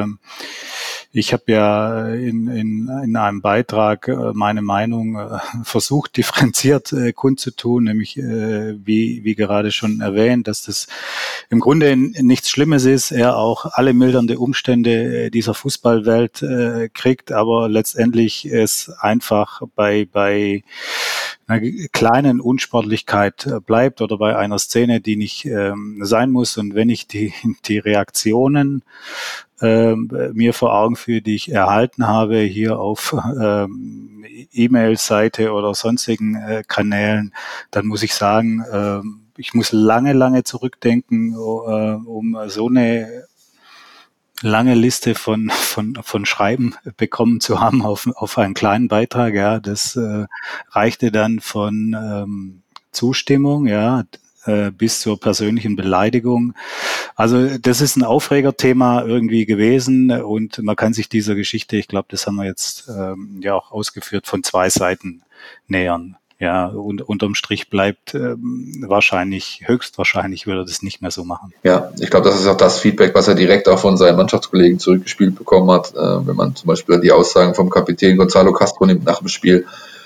ich habe ja in, in, in einem Beitrag äh, meine Meinung äh, versucht, differenziert äh, kundzutun, nämlich äh, wie, wie gerade schon erwähnt, dass das im Grunde nichts Schlimmes ist, er auch alle mildernde Umstände dieser Fußballwelt äh, kriegt, aber letztendlich es einfach bei, bei einer kleinen Unsportlichkeit bleibt oder bei einer Szene, die nicht ähm, sein muss. Und wenn ich die, die Reaktionen ähm, mir vor Augen führe, die ich erhalten habe hier auf ähm, E-Mail-Seite oder sonstigen äh, Kanälen, dann muss ich sagen, äh, ich muss lange, lange zurückdenken, äh, um so eine lange Liste von von von Schreiben bekommen zu haben auf auf einen kleinen Beitrag. Ja, das äh, reichte dann von ähm, Zustimmung, ja, äh, bis zur persönlichen Beleidigung. Also das ist ein Aufregerthema irgendwie gewesen und man kann sich dieser Geschichte, ich glaube, das haben wir jetzt ähm, ja auch ausgeführt, von zwei Seiten nähern. Ja, und unterm Strich bleibt ähm, wahrscheinlich, höchstwahrscheinlich würde er das nicht mehr so machen. Ja, ich glaube, das ist auch das Feedback, was er direkt auch von seinen Mannschaftskollegen zurückgespielt bekommen hat. Äh, wenn man zum Beispiel die Aussagen vom Kapitän Gonzalo Castro nimmt nach dem Spiel.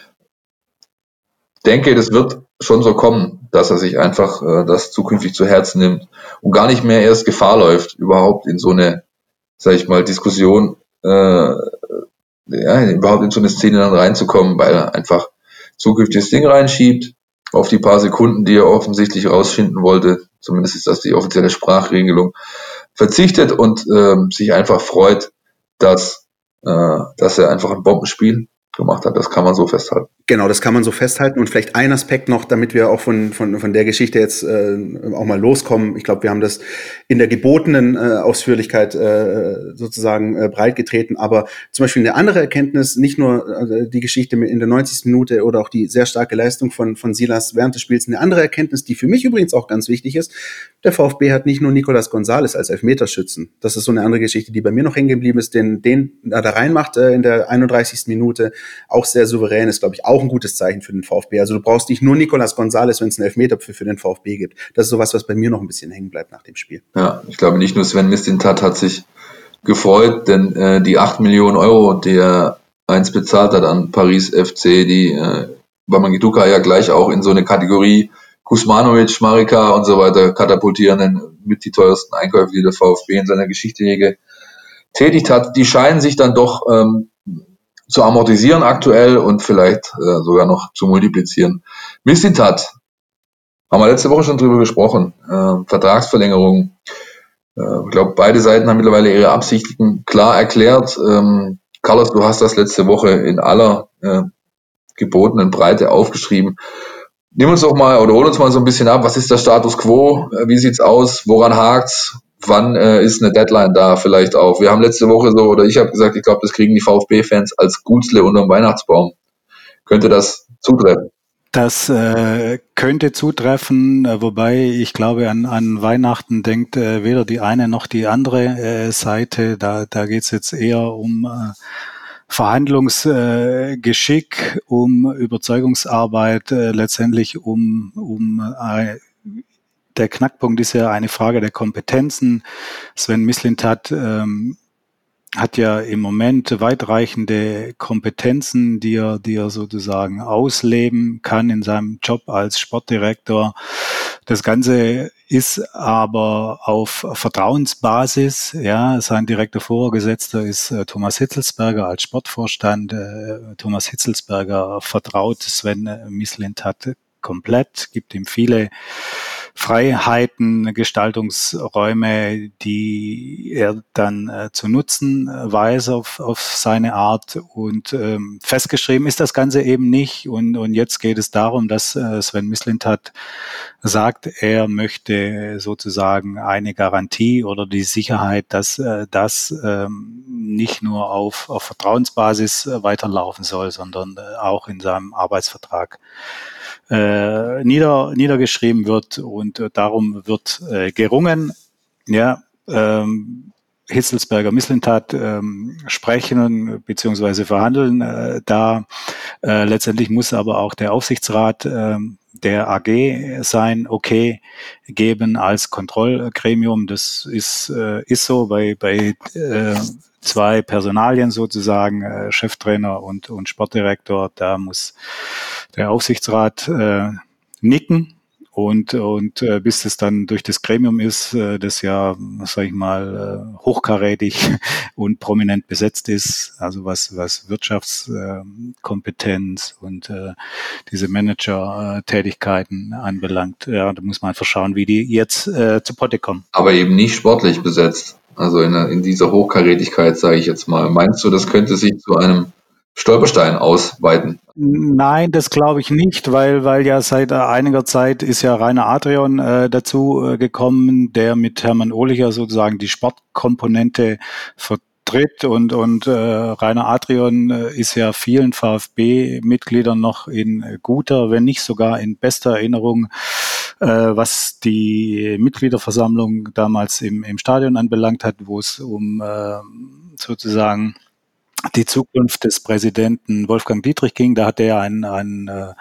Ich denke, das wird schon so kommen, dass er sich einfach äh, das zukünftig zu Herzen nimmt und gar nicht mehr erst Gefahr läuft, überhaupt in so eine, sag ich mal, Diskussion, äh, ja, überhaupt in so eine Szene dann reinzukommen, weil er einfach zukünftiges Ding reinschiebt, auf die paar Sekunden, die er offensichtlich rausschinden wollte, zumindest ist das die offizielle Sprachregelung, verzichtet und ähm, sich einfach freut, dass, äh, dass er einfach ein Bombenspiel gemacht hat. Das kann man so festhalten. Genau, das kann man so festhalten. Und vielleicht ein Aspekt noch, damit wir auch von von von der Geschichte jetzt äh, auch mal loskommen. Ich glaube, wir haben das in der gebotenen äh, Ausführlichkeit äh, sozusagen äh, breitgetreten. Aber zum Beispiel eine andere Erkenntnis, nicht nur äh, die Geschichte in der neunzigsten Minute oder auch die sehr starke Leistung von von Silas während des Spiels. Eine andere Erkenntnis, die für mich übrigens auch ganz wichtig ist. der VfB hat nicht nur Nicolas Gonzalez als Elfmeterschützen. Das ist so eine andere Geschichte, die bei mir noch hängen geblieben ist. Den, den er da reinmacht äh, in der einunddreißigsten Minute, auch sehr souverän, ist, glaube ich, auch ein gutes Zeichen für den VfB. Also du brauchst nicht nur Nicolas Gonzalez, wenn es einen Elfmeter für, für den VfB gibt. Das ist sowas, was bei mir noch ein bisschen hängen bleibt nach dem Spiel. Ja, ich glaube, nicht nur Sven Mislintat hat sich gefreut, denn äh, die acht Millionen Euro, die er einst bezahlt hat an Paris F C, die äh, Bamangituka ja gleich auch in so eine Kategorie Kuzmanovic, Marika und so weiter katapultieren, denn mit die teuersten Einkäufe, die der VfB in seiner Geschichte je getätigt hat, die scheinen sich dann doch ähm, zu amortisieren aktuell und vielleicht äh, sogar noch zu multiplizieren. Mislintat, haben wir letzte Woche schon drüber gesprochen, äh, Vertragsverlängerung. Äh, ich glaube, beide Seiten haben mittlerweile ihre Absichten klar erklärt. Ähm, Carlos, du hast das letzte Woche in aller äh, gebotenen Breite aufgeschrieben. Nimm uns doch mal oder hol uns mal so ein bisschen ab. Was ist der Status quo? Wie sieht's aus? Woran hakt's? Wann äh, ist eine Deadline da vielleicht auch? Wir haben letzte Woche so, oder ich habe gesagt, ich glaube, das kriegen die VfB-Fans als Gutzle unterm Weihnachtsbaum. Könnte das zutreffen? Das äh, könnte zutreffen, äh, wobei ich glaube, an, an Weihnachten denkt äh, weder die eine noch die andere äh, Seite. Da, da geht es jetzt eher um äh, Verhandlungsgeschick, äh, um Überzeugungsarbeit, äh, letztendlich um, um äh, der Knackpunkt ist ja eine Frage der Kompetenzen. Sven Mislintat ähm, hat ja im Moment weitreichende Kompetenzen, die er, die er sozusagen ausleben kann in seinem Job als Sportdirektor. Das Ganze ist aber auf Vertrauensbasis. Ja, sein direkter Vorgesetzter ist äh, Thomas Hitzelsberger als Sportvorstand. Äh, Thomas Hitzelsberger vertraut Sven Mislintat komplett, gibt ihm viele Freiheiten, Gestaltungsräume, die er dann äh, zu nutzen weiß auf, auf seine Art. Und ähm, festgeschrieben ist das Ganze eben nicht. Und, und jetzt geht es darum, dass äh, Sven Mislintat sagt, er möchte sozusagen eine Garantie oder die Sicherheit, dass äh, das ähm, nicht nur auf, auf Vertrauensbasis äh, weiterlaufen soll, sondern äh, auch in seinem Arbeitsvertrag Äh, nieder, niedergeschrieben wird und äh, darum wird äh, gerungen. Ja, ähm, Hitzelsberger, Mislintat ähm, sprechen bzw. verhandeln äh, da. Äh, letztendlich muss aber auch der Aufsichtsrat äh, der A G sein Okay geben als Kontrollgremium. Das ist, äh, ist so bei, bei äh, zwei Personalien sozusagen, äh, Cheftrainer und, und Sportdirektor. Da muss der Aufsichtsrat äh, nicken und, und äh, bis es dann durch das Gremium ist, äh, das ja, sag ich mal, äh, hochkarätig und prominent besetzt ist, also was, was Wirtschaftskompetenz äh, und äh, diese Manager-Tätigkeiten anbelangt. Ja, da muss man einfach schauen, wie die jetzt äh, zu Potte kommen. Aber eben nicht sportlich besetzt. Also in, in dieser Hochkarätigkeit, sage ich jetzt mal. Meinst du, das könnte sich zu einem Stolperstein ausweiten? Nein, das glaube ich nicht, weil weil ja seit einiger Zeit ist ja Rainer Adrian äh, dazu äh, gekommen, der mit Hermann Ohlicher sozusagen die Sportkomponente vertritt und und äh, Rainer Adrian äh, ist ja vielen VfB-Mitgliedern noch in guter, wenn nicht sogar in bester Erinnerung, äh, was die Mitgliederversammlung damals im im Stadion anbelangt hat, wo es um äh, sozusagen die Zukunft des Präsidenten Wolfgang Dietrich ging. Da hat er einen, einen äh,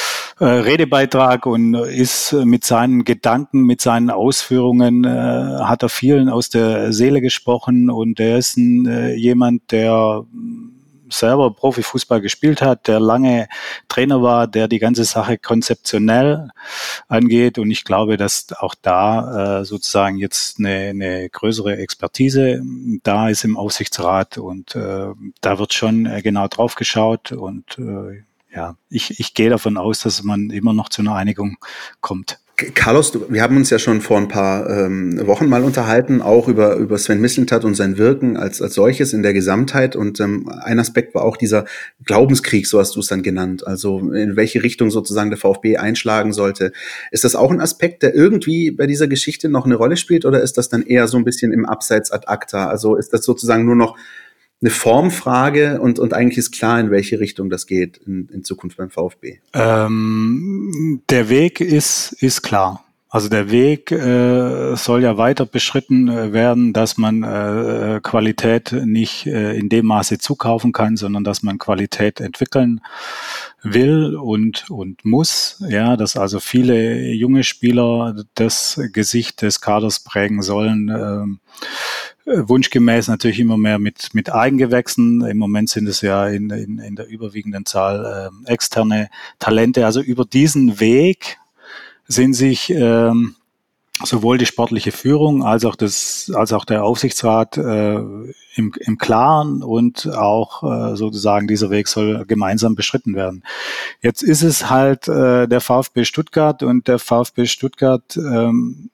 Redebeitrag und ist mit seinen Gedanken, mit seinen Ausführungen, äh, hat er vielen aus der Seele gesprochen und er ist ein, äh, jemand, der selber Profifußball gespielt hat, der lange Trainer war, der die ganze Sache konzeptionell angeht. Und ich glaube, dass auch da äh, sozusagen jetzt eine, eine größere Expertise da ist im Aufsichtsrat. Und äh, da wird schon äh, genau drauf geschaut. Und äh, ja, ich, ich gehe davon aus, dass man immer noch zu einer Einigung kommt. Carlos, wir haben uns ja schon vor ein paar ähm, Wochen mal unterhalten, auch über, über Sven Mislintat und sein Wirken als, als solches in der Gesamtheit. Und ähm, ein Aspekt war auch dieser Glaubenskrieg, so hast du es dann genannt. Also in welche Richtung sozusagen der VfB einschlagen sollte. Ist das auch ein Aspekt, der irgendwie bei dieser Geschichte noch eine Rolle spielt oder ist das dann eher so ein bisschen im Abseits ad acta? Also ist das sozusagen nur noch eine Formfrage und, und eigentlich ist klar, in welche Richtung das geht in, in Zukunft beim VfB? Ähm, der Weg ist, ist klar. Also der Weg äh, soll ja weiter beschritten äh, werden, dass man äh, Qualität nicht äh, in dem Maße zukaufen kann, sondern dass man Qualität entwickeln will und und muss. Ja, dass also viele junge Spieler das Gesicht des Kaders prägen sollen. Ähm, wunschgemäß natürlich immer mehr mit mit Eigengewächsen. Im Moment sind es ja in in, in der überwiegenden Zahl äh, externe Talente. Also über diesen Weg sind sich ähm, sowohl die sportliche Führung als auch das, als auch der Aufsichtsrat äh, im, im Klaren, und auch äh, sozusagen dieser Weg soll gemeinsam beschritten werden. Jetzt ist es halt äh, der VfB Stuttgart, und der VfB Stuttgart ähm,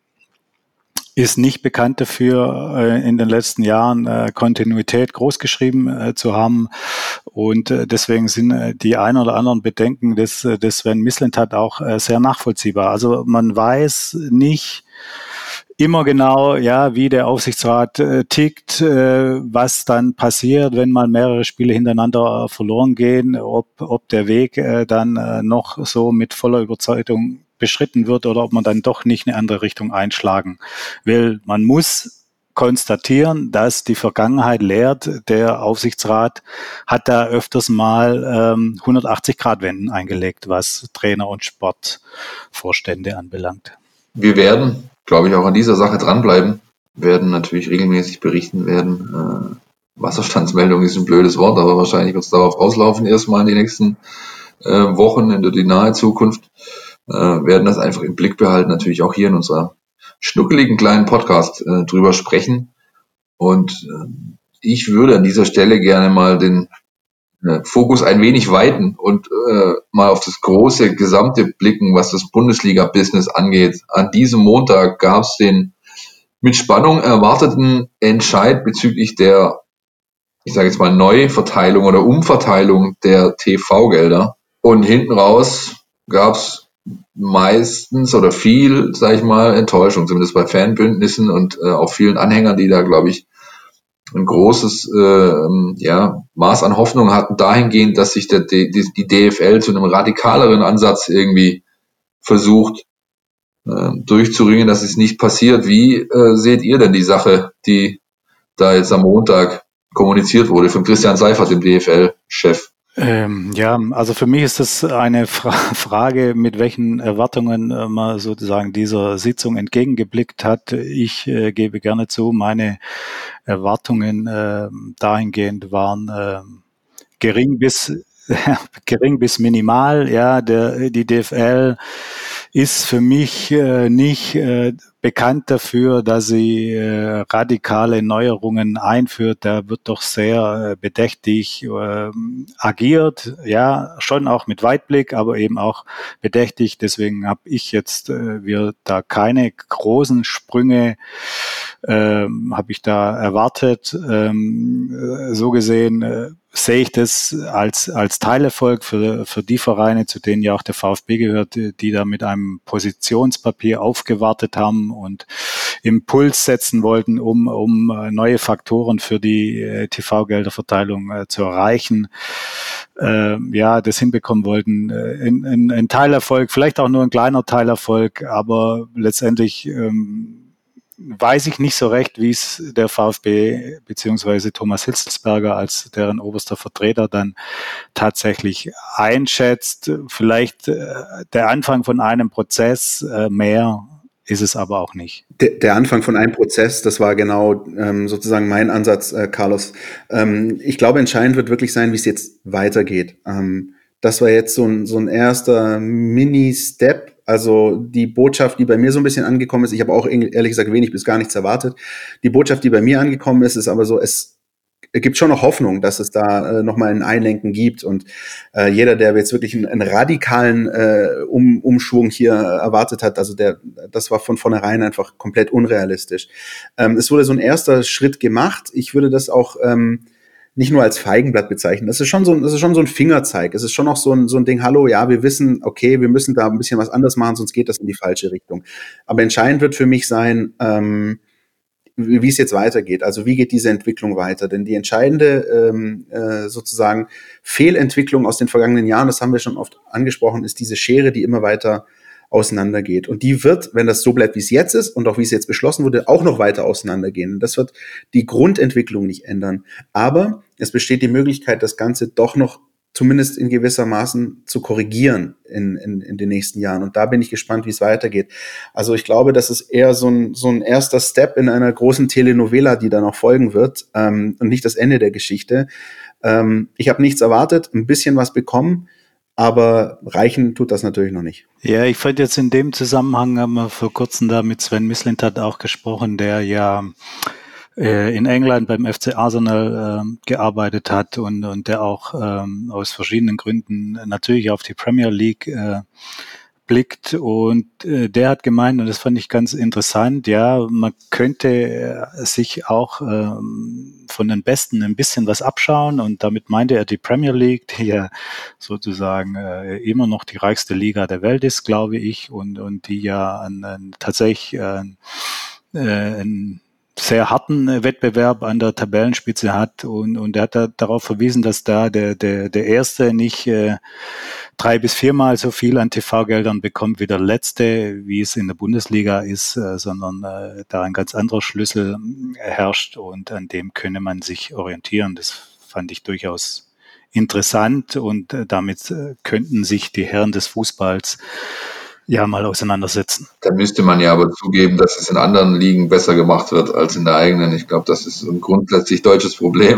ist nicht bekannt dafür, äh, in den letzten Jahren äh, Kontinuität großgeschrieben äh, zu haben. Und äh, deswegen sind äh, die ein oder anderen Bedenken des, äh, des Sven Mislintat auch äh, sehr nachvollziehbar. Also man weiß nicht immer genau, ja, wie der Aufsichtsrat äh, tickt, äh, was dann passiert, wenn mal mehrere Spiele hintereinander äh, verloren gehen, ob, ob der Weg äh, dann äh, noch so mit voller Überzeugung beschritten wird oder ob man dann doch nicht eine andere Richtung einschlagen will. Man muss konstatieren, dass die Vergangenheit lehrt, der Aufsichtsrat hat da öfters mal ähm, hundertachtzig-Grad-Wenden eingelegt, was Trainer und Sportvorstände anbelangt. Wir werden, glaube ich, auch an dieser Sache dranbleiben, werden natürlich regelmäßig berichten werden. Äh, Wasserstandsmeldung ist ein blödes Wort, aber wahrscheinlich wird es darauf auslaufen, erstmal in den nächsten äh, Wochen, in der die nahe Zukunft. Äh, werden das einfach im Blick behalten, natürlich auch hier in unserer schnuckeligen kleinen Podcast äh, drüber sprechen. Und äh, ich würde an dieser Stelle gerne mal den äh, Fokus ein wenig weiten und äh, mal auf das große Gesamte blicken, was das Bundesliga-Business angeht. An diesem Montag gab es den mit Spannung erwarteten Entscheid bezüglich der, ich sage jetzt mal, Neuverteilung oder Umverteilung der T V-Gelder. Und hinten raus gab es meistens oder viel, sage ich mal, Enttäuschung, zumindest bei Fanbündnissen und äh, auch vielen Anhängern, die da, glaube ich, ein großes äh, ja, Maß an Hoffnung hatten, dahingehend, dass sich der, die, die D F L zu einem radikaleren Ansatz irgendwie versucht äh, durchzuringen, dass es nicht passiert. Wie äh, seht ihr denn die Sache, die da jetzt am Montag kommuniziert wurde von Christian Seifert, dem D F L-Chef? Ähm, ja, also für mich ist das eine Fra- Frage, mit welchen Erwartungen äh, man sozusagen dieser Sitzung entgegengeblickt hat. Ich äh, gebe gerne zu, meine Erwartungen äh, dahingehend waren äh, gering bis gering bis minimal. Ja, der die D F L ist für mich äh, nicht äh, bekannt dafür, dass sie äh, radikale Neuerungen einführt. Da wird doch sehr äh, bedächtig äh, agiert, ja, schon auch mit Weitblick, aber eben auch bedächtig. Deswegen habe ich jetzt äh, wir da keine großen Sprünge ähm, habe ich da erwartet. Ähm, so gesehen äh, sehe ich das als als Teilerfolg für für die Vereine, zu denen ja auch der VfB gehört, die, die da mit einem Positionspapier aufgewartet haben und Impuls setzen wollten, um um neue Faktoren für die äh, T V-Gelderverteilung äh, zu erreichen. Äh, ja, das hinbekommen wollten. Äh, ein, ein, ein Teilerfolg, vielleicht auch nur ein kleiner Teilerfolg, aber letztendlich ähm, weiß ich nicht so recht, wie es der VfB beziehungsweise Thomas Hitzelsberger als deren oberster Vertreter dann tatsächlich einschätzt. Vielleicht äh, der Anfang von einem Prozess, äh, mehr ist es aber auch nicht. Der, der Anfang von einem Prozess, das war genau ähm, sozusagen mein Ansatz, äh, Carlos. Ähm, ich glaube, entscheidend wird wirklich sein, wie es jetzt weitergeht. Ähm, das war jetzt so ein, so ein erster Mini-Step. Also die Botschaft, die bei mir so ein bisschen angekommen ist, ich habe auch ehrlich gesagt wenig bis gar nichts erwartet. Die Botschaft, die bei mir angekommen ist, ist aber so, es gibt schon noch Hoffnung, dass es da äh, nochmal ein Einlenken gibt. Und äh, jeder, der jetzt wirklich einen, einen radikalen äh, um, Umschwung hier erwartet hat, also der, das war von vornherein einfach komplett unrealistisch. Ähm, es wurde so ein erster Schritt gemacht. Ich würde das auch ähm, nicht nur als Feigenblatt bezeichnen. Das ist schon so, das ist schon so ein Fingerzeig. Es ist schon noch so ein, so ein Ding, hallo, ja, wir wissen, okay, wir müssen da ein bisschen was anders machen, sonst geht das in die falsche Richtung. Aber entscheidend wird für mich sein, ähm, wie, wie es jetzt weitergeht. Also wie geht diese Entwicklung weiter? Denn die entscheidende ähm, äh, sozusagen Fehlentwicklung aus den vergangenen Jahren, das haben wir schon oft angesprochen, ist diese Schere, die immer weiter auseinandergeht. Und die wird, wenn das so bleibt, wie es jetzt ist und auch wie es jetzt beschlossen wurde, auch noch weiter auseinandergehen. Das wird die Grundentwicklung nicht ändern. Aber es besteht die Möglichkeit, das Ganze doch noch zumindest in gewisser Maßen zu korrigieren in, in, in den nächsten Jahren. Und da bin ich gespannt, wie es weitergeht. Also ich glaube, das ist eher so ein, so ein erster Step in einer großen Telenovela, die da noch folgen wird, ähm, und nicht das Ende der Geschichte. Ähm, ich habe nichts erwartet, ein bisschen was bekommen, aber reichen tut das natürlich noch nicht. Ja, ich fand jetzt in dem Zusammenhang, haben wir vor kurzem da mit Sven Mislintat auch gesprochen, der ja in England beim F C Arsenal äh, gearbeitet hat und, und der auch ähm, aus verschiedenen Gründen natürlich auf die Premier League äh, blickt. Und äh, der hat gemeint, und das fand ich ganz interessant, ja, man könnte äh, sich auch ähm, von den Besten ein bisschen was abschauen. Und damit meinte er die Premier League, die ja sozusagen äh, immer noch die reichste Liga der Welt ist, glaube ich, und, und die ja an, an tatsächlich äh, äh, ein sehr harten Wettbewerb an der Tabellenspitze hat, und, und er hat da darauf verwiesen, dass da der, der, der Erste nicht äh, drei bis viermal so viel an T V-Geldern bekommt wie der Letzte, wie es in der Bundesliga ist, äh, sondern äh, da ein ganz anderer Schlüssel herrscht, und an dem könne man sich orientieren. Das fand ich durchaus interessant, und äh, damit äh, könnten sich die Herren des Fußballs ja mal auseinandersetzen. Da müsste man ja aber zugeben, dass es in anderen Ligen besser gemacht wird als in der eigenen. Ich glaube, das ist ein grundsätzlich deutsches Problem.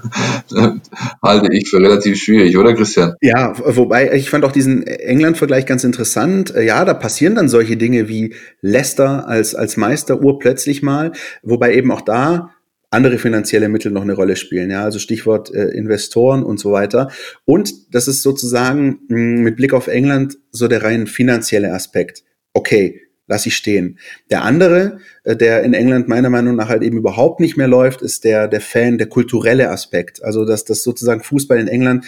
Halte ich für relativ schwierig, oder Christian? Ja, wobei ich fand auch diesen England-Vergleich ganz interessant. Ja, da passieren dann solche Dinge wie Leicester als, als Meister urplötzlich mal, wobei eben auch da andere finanzielle Mittel noch eine Rolle spielen, ja, also Stichwort äh, Investoren und so weiter. Und das ist sozusagen mh, mit Blick auf England so der rein finanzielle Aspekt. Okay, lass ich stehen. Der andere, äh, der in England meiner Meinung nach halt eben überhaupt nicht mehr läuft, ist der der Fan, der kulturelle Aspekt. Also dass das sozusagen Fußball in England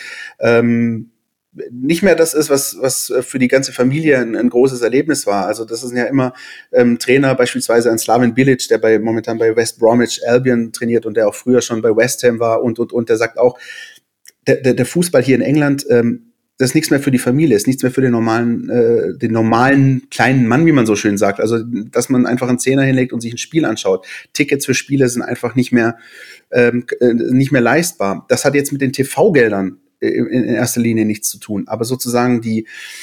ähm, nicht mehr das ist, was was für die ganze Familie ein, ein großes Erlebnis war. Also das sind ja immer ähm, Trainer, beispielsweise ein Slaven Bilic, der bei momentan bei West Bromwich Albion trainiert und der auch früher schon bei West Ham war, und und und der sagt auch, der, der, der Fußball hier in England, ähm, das ist nichts mehr für die Familie, ist nichts mehr für den normalen, äh, den normalen kleinen Mann, wie man so schön sagt. Also dass man einfach einen Zehner hinlegt und sich ein Spiel anschaut. Tickets für Spiele sind einfach nicht mehr ähm, nicht mehr leistbar. Das hat jetzt mit den T V-Geldern in erster Linie nichts zu tun, aber sozusagen die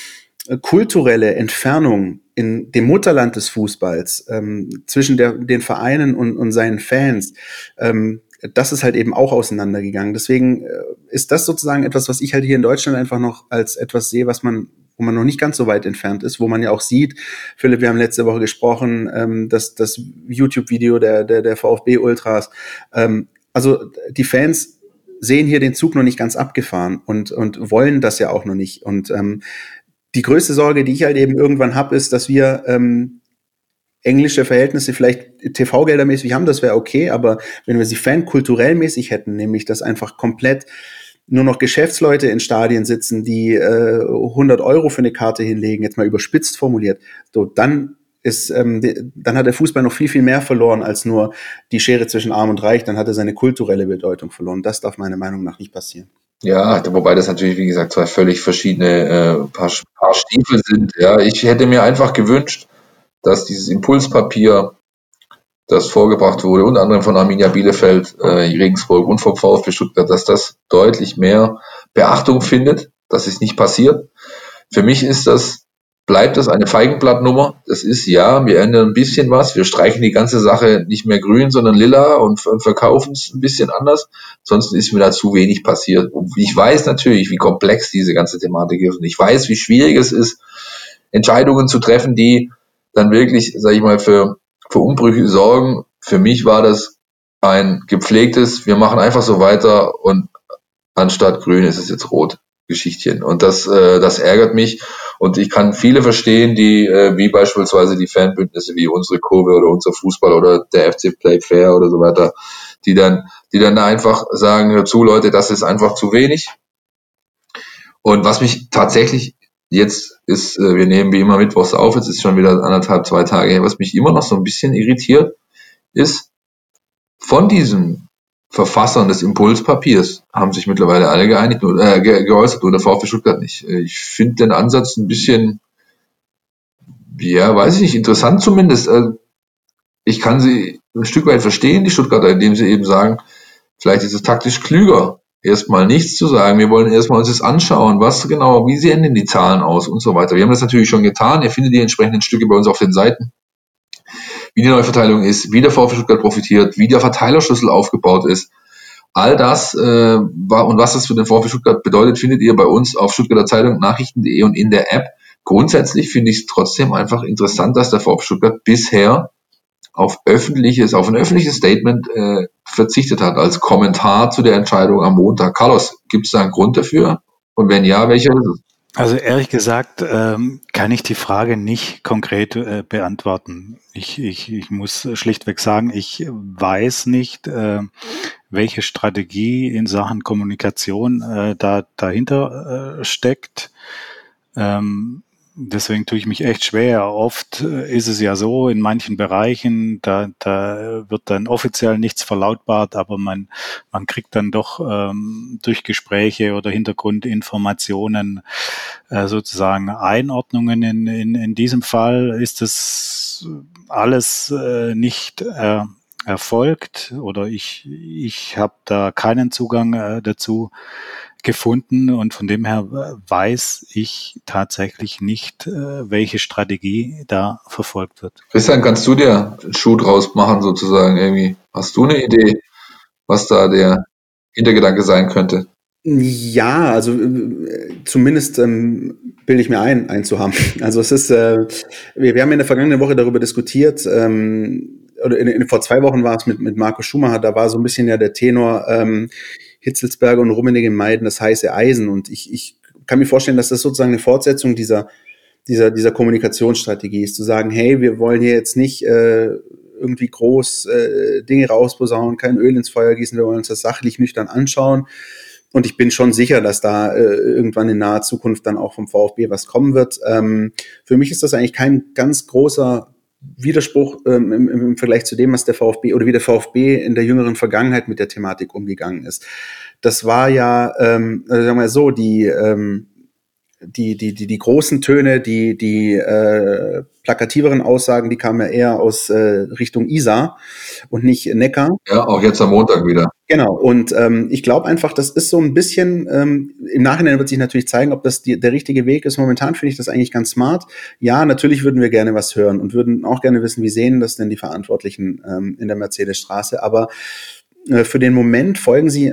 kulturelle Entfernung in dem Mutterland des Fußballs ähm, zwischen der, den Vereinen und, und seinen Fans, ähm, das ist halt eben auch auseinandergegangen. Deswegen äh, ist das sozusagen etwas, was ich halt hier in Deutschland einfach noch als etwas sehe, was man, wo man noch nicht ganz so weit entfernt ist, wo man ja auch sieht, Philipp, wir haben letzte Woche gesprochen, ähm, dass das YouTube-Video der, der, der VfB-Ultras, ähm, also die Fans sehen hier den Zug noch nicht ganz abgefahren und, und wollen das ja auch noch nicht. Und ähm, die größte Sorge, die ich halt eben irgendwann habe, ist, dass wir ähm, englische Verhältnisse vielleicht T V-Geldermäßig haben, das wäre okay, aber wenn wir sie fankulturell mäßig hätten, nämlich dass einfach komplett nur noch Geschäftsleute in Stadien sitzen, die äh, hundert Euro für eine Karte hinlegen, jetzt mal überspitzt formuliert, so, dann ist, ähm, dann hat der Fußball noch viel, viel mehr verloren als nur die Schere zwischen Arm und Reich, dann hat er seine kulturelle Bedeutung verloren. Das darf meiner Meinung nach nicht passieren. Ja, wobei das natürlich, wie gesagt, zwei völlig verschiedene äh, Paar, Paar Stiefel sind. Ja, ich hätte mir einfach gewünscht, dass dieses Impulspapier, das vorgebracht wurde, unter anderem von Arminia Bielefeld, äh, Regensburg und vom VfB Stuttgart, dass das deutlich mehr Beachtung findet, dass es nicht passiert. Für mich ist das Bleibt das eine Feigenblattnummer? Das ist, ja, wir ändern ein bisschen was. Wir streichen die ganze Sache nicht mehr grün, sondern lila und, und verkaufen es ein bisschen anders. Sonst ist mir da zu wenig passiert. Und ich weiß natürlich, wie komplex diese ganze Thematik ist. Und ich weiß, wie schwierig es ist, Entscheidungen zu treffen, die dann wirklich, sag ich mal, für, für Umbrüche sorgen. Für mich war das ein gepflegtes, wir machen einfach so weiter und anstatt grün ist es jetzt rot. Geschichtchen. Und das, äh, das ärgert mich. Und ich kann viele verstehen, die, äh, wie beispielsweise die Fanbündnisse, wie unsere Kurve oder unser Fußball oder der F C Play Fair oder so weiter, die dann, die dann einfach sagen, hör zu, Leute, das ist einfach zu wenig. Und was mich tatsächlich jetzt ist, äh, wir nehmen wie immer mittwochs auf, jetzt ist schon wieder anderthalb, zwei Tage her, was mich immer noch so ein bisschen irritiert, ist, von diesem Verfassern des Impulspapiers haben sich mittlerweile alle geeinigt, äh, ge- geäußert, nur der VfB Stuttgart nicht. Ich finde den Ansatz ein bisschen Ja, weiß ich nicht, interessant zumindest. Ich kann sie ein Stück weit verstehen, die Stuttgarter, indem sie eben sagen, vielleicht ist es taktisch klüger, erstmal nichts zu sagen. Wir wollen erstmal uns das anschauen, was genau, wie sehen denn die Zahlen aus und so weiter. Wir haben das natürlich schon getan. Ihr findet die entsprechenden Stücke bei uns auf den Seiten. Wie die Neuverteilung ist, wie der VfB Stuttgart profitiert, wie der Verteilerschlüssel aufgebaut ist. All das äh, war und was das für den VfB Stuttgart bedeutet, findet ihr bei uns auf Stuttgarter Zeitung, Nachrichten punkt de und in der App. Grundsätzlich finde ich es trotzdem einfach interessant, dass der VfB Stuttgart bisher auf öffentliches, auf ein öffentliches Statement äh, verzichtet hat als Kommentar zu der Entscheidung am Montag. Carlos, gibt es da einen Grund dafür? Und wenn ja, welcher ist es? Also ehrlich gesagt ähm, kann ich die Frage nicht konkret äh, beantworten. Ich, ich, ich muss schlichtweg sagen, ich weiß nicht, äh, welche Strategie in Sachen Kommunikation äh, da dahinter äh, steckt. Ähm, Deswegen tue ich mich echt schwer. Oft ist es ja so, in manchen Bereichen, da, da wird dann offiziell nichts verlautbart, aber man, man kriegt dann doch ähm, durch Gespräche oder Hintergrundinformationen äh, sozusagen Einordnungen. In, in, in diesem Fall ist es alles äh, nicht äh, erfolgt oder ich, ich habe da keinen Zugang äh, dazu gefunden und von dem her weiß ich tatsächlich nicht, welche Strategie da verfolgt wird. Christian, kannst du dir einen Schuh draus machen sozusagen irgendwie? Hast du eine Idee, was da der Hintergedanke sein könnte? Ja, also äh, zumindest ähm, bilde ich mir ein, einen zu haben. Also es ist, äh, wir, wir haben in der vergangenen Woche darüber diskutiert, ähm, oder in, in, vor zwei Wochen war es mit, mit Marco Schumacher, da war so ein bisschen ja der Tenor, ähm, Hitzelsberger und Rummenigge meiden das heiße Eisen. Und ich, ich kann mir vorstellen, dass das sozusagen eine Fortsetzung dieser, dieser, dieser Kommunikationsstrategie ist, zu sagen, hey, wir wollen hier jetzt nicht äh, irgendwie groß äh, Dinge rausposaunen, kein Öl ins Feuer gießen, wir wollen uns das sachlich nüchtern anschauen. Und ich bin schon sicher, dass da äh, irgendwann in naher Zukunft dann auch vom VfB was kommen wird. Ähm, für mich ist das eigentlich kein ganz großer Widerspruch ähm, im, im Vergleich zu dem, was der VfB oder wie der VfB in der jüngeren Vergangenheit mit der Thematik umgegangen ist. Das war ja, ähm, sagen wir mal so, die, ähm, die, die, die, die großen Töne, die, die äh, plakativeren Aussagen, die kamen ja eher aus äh, Richtung Isar und nicht Neckar. Ja, auch jetzt am Montag wieder. Genau, und ähm, ich glaube einfach, das ist so ein bisschen, ähm, im Nachhinein wird sich natürlich zeigen, ob das die, der richtige Weg ist. Momentan finde ich das eigentlich ganz smart. Ja, natürlich würden wir gerne was hören und würden auch gerne wissen, wie sehen das denn die Verantwortlichen ähm, in der Mercedesstraße. Aber äh, für den Moment folgen sie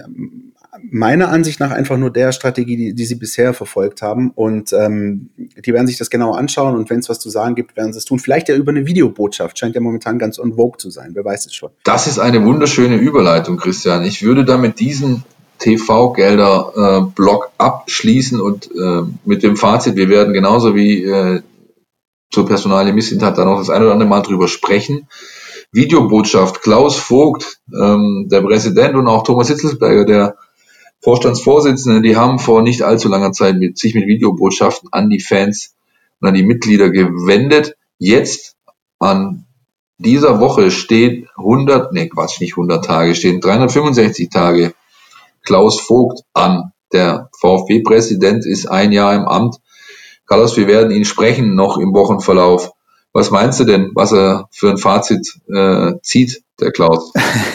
meiner Ansicht nach einfach nur der Strategie, die, die sie bisher verfolgt haben. Und ähm, die werden sich das genau anschauen und wenn es was zu sagen gibt, werden sie es tun. Vielleicht ja über eine Videobotschaft. Scheint ja momentan ganz en vogue zu sein. Wer weiß es schon. Das ist eine wunderschöne Überleitung, Christian. Ich würde damit diesen T V-Gelder-Block äh, abschließen und äh, mit dem Fazit, wir werden genauso wie äh, zur Personalie Missintat da noch das eine oder andere Mal drüber sprechen. Videobotschaft, Klaus Vogt, ähm, der Präsident und auch Thomas Hitzelsberger, der Vorstandsvorsitzende, die haben vor nicht allzu langer Zeit mit, sich mit Videobotschaften an die Fans und an die Mitglieder gewendet. Jetzt an dieser Woche steht hundert, nee Quatsch, nicht hundert Tage, stehen dreihundertfünfundsechzig Tage Klaus Vogt an. Der VfB-Präsident ist ein Jahr im Amt. Carlos, wir werden ihn sprechen noch im Wochenverlauf. Was meinst du denn, was er für ein Fazit äh, zieht, der Klaus?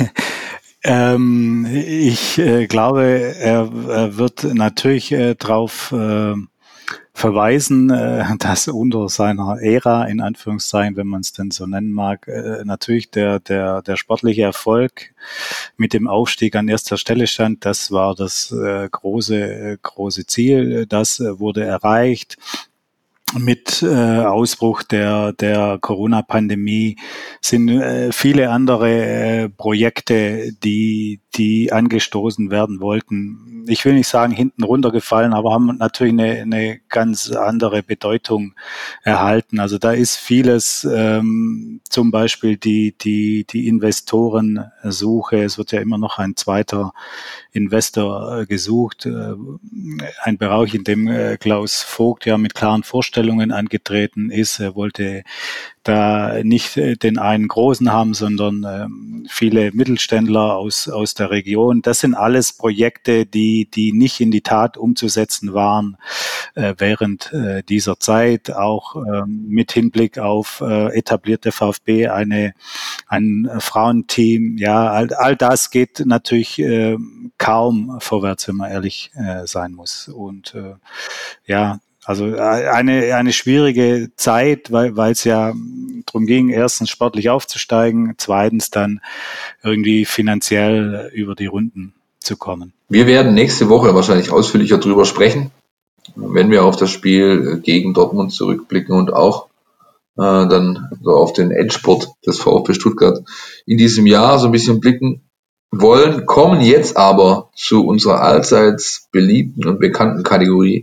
Ähm, ich äh, glaube, er, er wird natürlich äh, darauf äh, verweisen, äh, dass unter seiner Ära, in Anführungszeichen, wenn man es denn so nennen mag, äh, natürlich der, der, der sportliche Erfolg mit dem Aufstieg an erster Stelle stand. Das war das äh, große, äh, große Ziel. Das äh, wurde erreicht. Mit äh, Ausbruch der der Corona-Pandemie sind äh, viele andere äh, Projekte, die die angestoßen werden wollten. Ich will nicht sagen hinten runtergefallen, aber haben natürlich eine, eine ganz andere Bedeutung erhalten. Also da ist vieles ähm, zum Beispiel die, die, die Investorensuche. Es wird ja immer noch ein zweiter Investor gesucht. Ein Bereich, in dem Klaus Vogt ja mit klaren Vorstellungen angetreten ist. Er wollte da nicht den einen Großen haben, sondern ähm, viele Mittelständler aus, aus der Region. Das sind alles Projekte, die, die nicht in die Tat umzusetzen waren äh, während äh, dieser Zeit. Auch ähm, mit Hinblick auf äh, etablierte VfB, eine, ein Frauenteam. Ja, all, all das geht natürlich äh, kaum vorwärts, wenn man ehrlich äh, sein muss. Und äh, ja, also eine, eine schwierige Zeit, weil, weil es ja darum ging, erstens sportlich aufzusteigen, zweitens dann irgendwie finanziell über die Runden zu kommen. Wir werden nächste Woche wahrscheinlich ausführlicher drüber sprechen, wenn wir auf das Spiel gegen Dortmund zurückblicken und auch äh, dann so auf den Endspurt des VfB Stuttgart in diesem Jahr so ein bisschen blicken wollen, kommen jetzt aber zu unserer allseits beliebten und bekannten Kategorie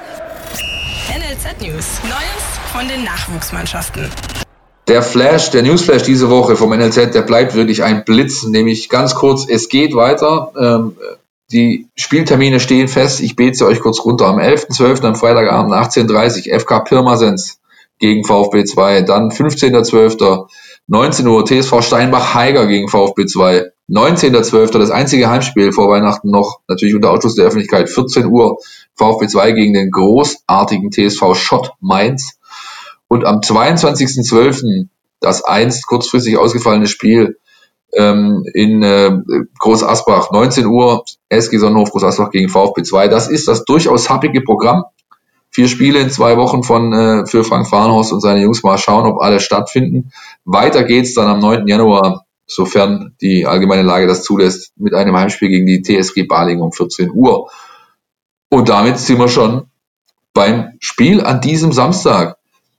N L Z News. Neues von den Nachwuchsmannschaften. Der Flash, der Newsflash diese Woche vom N L Z, der bleibt wirklich ein Blitz, nämlich ganz kurz, es geht weiter. Ähm, die Spieltermine stehen fest, ich bete sie euch kurz runter. Am elften zwölften am Freitagabend achtzehn Uhr dreißig F K Pirmasens gegen VfB zwei, dann fünfzehnten zwölften neunzehn Uhr T S V Steinbach-Heiger gegen VfB zwei, neunzehnten zwölften das einzige Heimspiel vor Weihnachten noch, natürlich unter Ausschluss der Öffentlichkeit, vierzehn Uhr VfB zwei gegen den großartigen T S V Schott Mainz. Und am zweiundzwanzigsten zwölften das einst kurzfristig ausgefallene Spiel ähm, in äh, Groß Asbach, neunzehn Uhr S G Sonnenhof Groß Asbach gegen VfB zwei. Das ist das durchaus happige Programm. Vier Spiele in zwei Wochen von äh, für Frank Fahrenhorst und seine Jungs. Mal schauen, ob alle stattfinden. Weiter geht's dann am neunten Januar, sofern die allgemeine Lage das zulässt, mit einem Heimspiel gegen die T S G Balingen um vierzehn Uhr. Und damit sind wir schon beim Spiel an diesem Samstag.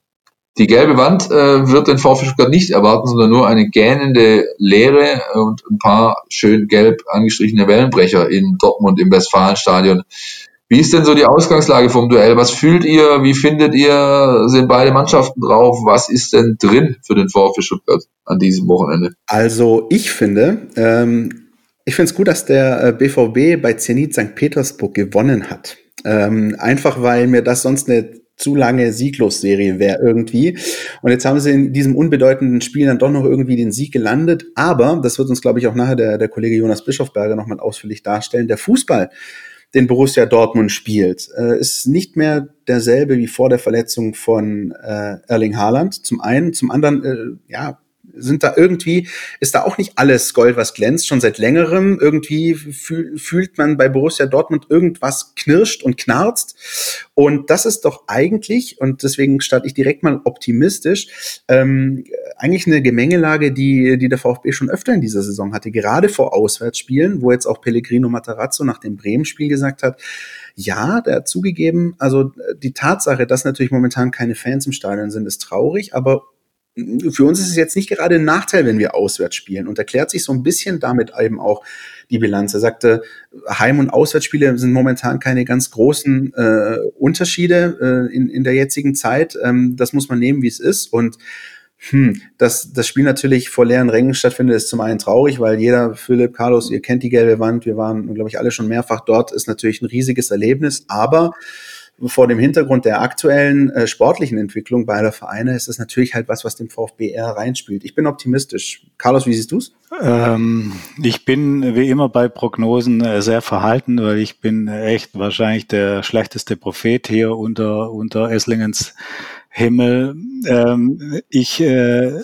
Die gelbe Wand äh, wird den VfB Stuttgart nicht erwarten, sondern nur eine gähnende Leere und ein paar schön gelb angestrichene Wellenbrecher in Dortmund im Westfalenstadion. Wie ist denn so die Ausgangslage vom Duell? Was fühlt ihr? Wie findet ihr? Sind beide Mannschaften drauf? Was ist denn drin für den VfB Stuttgart an diesem Wochenende? Also ich finde, ähm, ich finde es gut, dass der B V B bei Zenit Sankt Petersburg gewonnen hat. Ähm, einfach weil mir das sonst eine zu lange Sieglos-Serie wäre irgendwie. Und jetzt haben sie in diesem unbedeutenden Spiel dann doch noch irgendwie den Sieg gelandet. Aber, das wird uns, glaube ich, auch nachher der, der Kollege Jonas Bischofberger nochmal ausführlich darstellen, der Fußball, den Borussia Dortmund spielt, äh, ist nicht mehr derselbe wie vor der Verletzung von äh, Erling Haaland. Zum einen, zum anderen, äh, ja, sind da irgendwie, ist da auch nicht alles Gold, was glänzt, schon seit längerem. Irgendwie fühl, fühlt man bei Borussia Dortmund irgendwas knirscht und knarzt. Und das ist doch eigentlich, und deswegen starte ich direkt mal optimistisch, ähm, eigentlich eine Gemengelage, die, die der VfB schon öfter in dieser Saison hatte, gerade vor Auswärtsspielen, wo jetzt auch Pellegrino Matarazzo nach dem Bremen-Spiel gesagt hat, ja, der hat zugegeben, also die Tatsache, dass natürlich momentan keine Fans im Stadion sind, ist traurig, aber für uns ist es jetzt nicht gerade ein Nachteil, wenn wir auswärts spielen, und erklärt sich so ein bisschen damit eben auch die Bilanz. Er sagte, Heim- und Auswärtsspiele sind momentan keine ganz großen äh, Unterschiede äh, in, in der jetzigen Zeit. Ähm, das muss man nehmen, wie es ist. Und hm, dass das Spiel natürlich vor leeren Rängen stattfindet, ist zum einen traurig, weil jeder, Philipp, Carlos, ihr kennt die gelbe Wand, wir waren, glaube ich, alle schon mehrfach dort, ist natürlich ein riesiges Erlebnis, aber vor dem Hintergrund der aktuellen äh, sportlichen Entwicklung beider Vereine ist das natürlich halt was, was dem VfB eher reinspielt. Ich bin optimistisch. Carlos, wie siehst du's? Ähm, ich bin wie immer bei Prognosen äh, sehr verhalten, weil ich bin echt wahrscheinlich der schlechteste Prophet hier unter, unter Esslingens Himmel. Ähm, ich äh,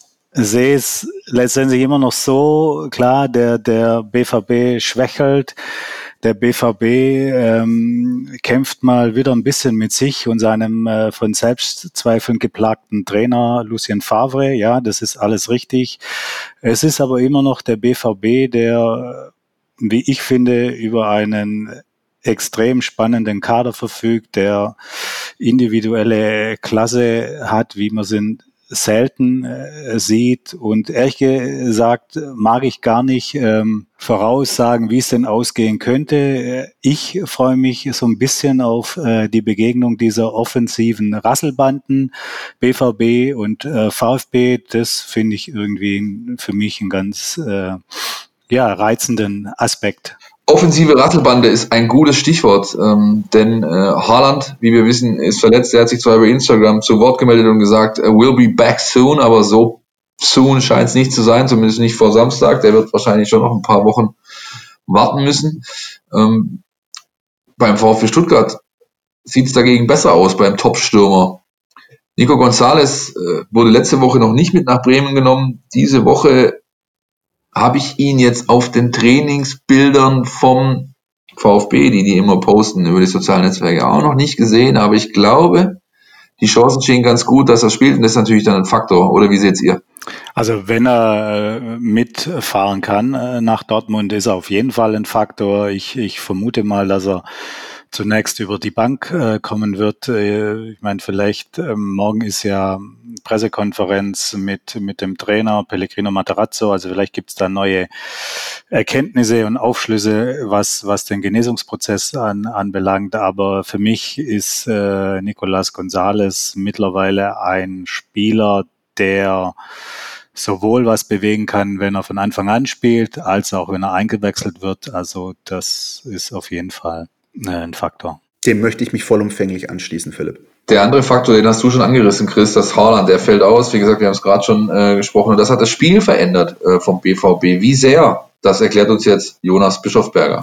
sehe es letztendlich immer noch so, klar, der, der B V B schwächelt. Der B V B ähm, kämpft mal wieder ein bisschen mit sich und seinem äh, von Selbstzweifeln geplagten Trainer Lucien Favre. Ja, das ist alles richtig. Es ist aber immer noch der B V B, der, wie ich finde, über einen extrem spannenden Kader verfügt, der individuelle Klasse hat, wie man sie selten äh, sieht. Und ehrlich gesagt mag ich gar nicht ähm, voraussagen, wie es denn ausgehen könnte. Ich freue mich so ein bisschen auf äh, die Begegnung dieser offensiven Rasselbanden, B V B und äh, VfB. Das finde ich irgendwie für mich einen ganz äh, ja, reizenden Aspekt. Offensive Rasselbande ist ein gutes Stichwort, ähm, denn äh, Haaland, wie wir wissen, ist verletzt. Er hat sich zwar über Instagram zu Wort gemeldet und gesagt, will be back soon, aber so soon scheint es nicht zu sein, zumindest nicht vor Samstag. Der wird wahrscheinlich schon noch ein paar Wochen warten müssen. Ähm, beim VfB Stuttgart sieht es dagegen besser aus, beim Top-Stürmer. Nico Gonzalez äh, wurde letzte Woche noch nicht mit nach Bremen genommen. Diese Woche habe ich ihn jetzt auf den Trainingsbildern vom VfB, die die immer posten über die sozialen Netzwerke, auch noch nicht gesehen, aber ich glaube, die Chancen stehen ganz gut, dass er spielt und das ist natürlich dann ein Faktor, oder wie seht ihr? Also wenn er äh, mitfahren kann äh, nach Dortmund, ist er auf jeden Fall ein Faktor. Ich, ich vermute mal, dass er zunächst über die Bank äh, kommen wird. Äh, ich meine, vielleicht äh, morgen ist ja Pressekonferenz mit mit dem Trainer Pellegrino Matarazzo. Also vielleicht gibt es da neue Erkenntnisse und Aufschlüsse, was was den Genesungsprozess an, anbelangt. Aber für mich ist äh, Nicolás González mittlerweile ein Spieler, der sowohl was bewegen kann, wenn er von Anfang an spielt, als auch wenn er eingewechselt wird. Also das ist auf jeden Fall ein Faktor. Dem möchte ich mich vollumfänglich anschließen, Philipp. Der andere Faktor, den hast du schon angerissen, Chris, das Haaland, der fällt aus. Wie gesagt, wir haben es gerade schon äh, gesprochen und das hat das Spiel verändert äh, vom B V B. Wie sehr? Das erklärt uns jetzt Jonas Bischofberger.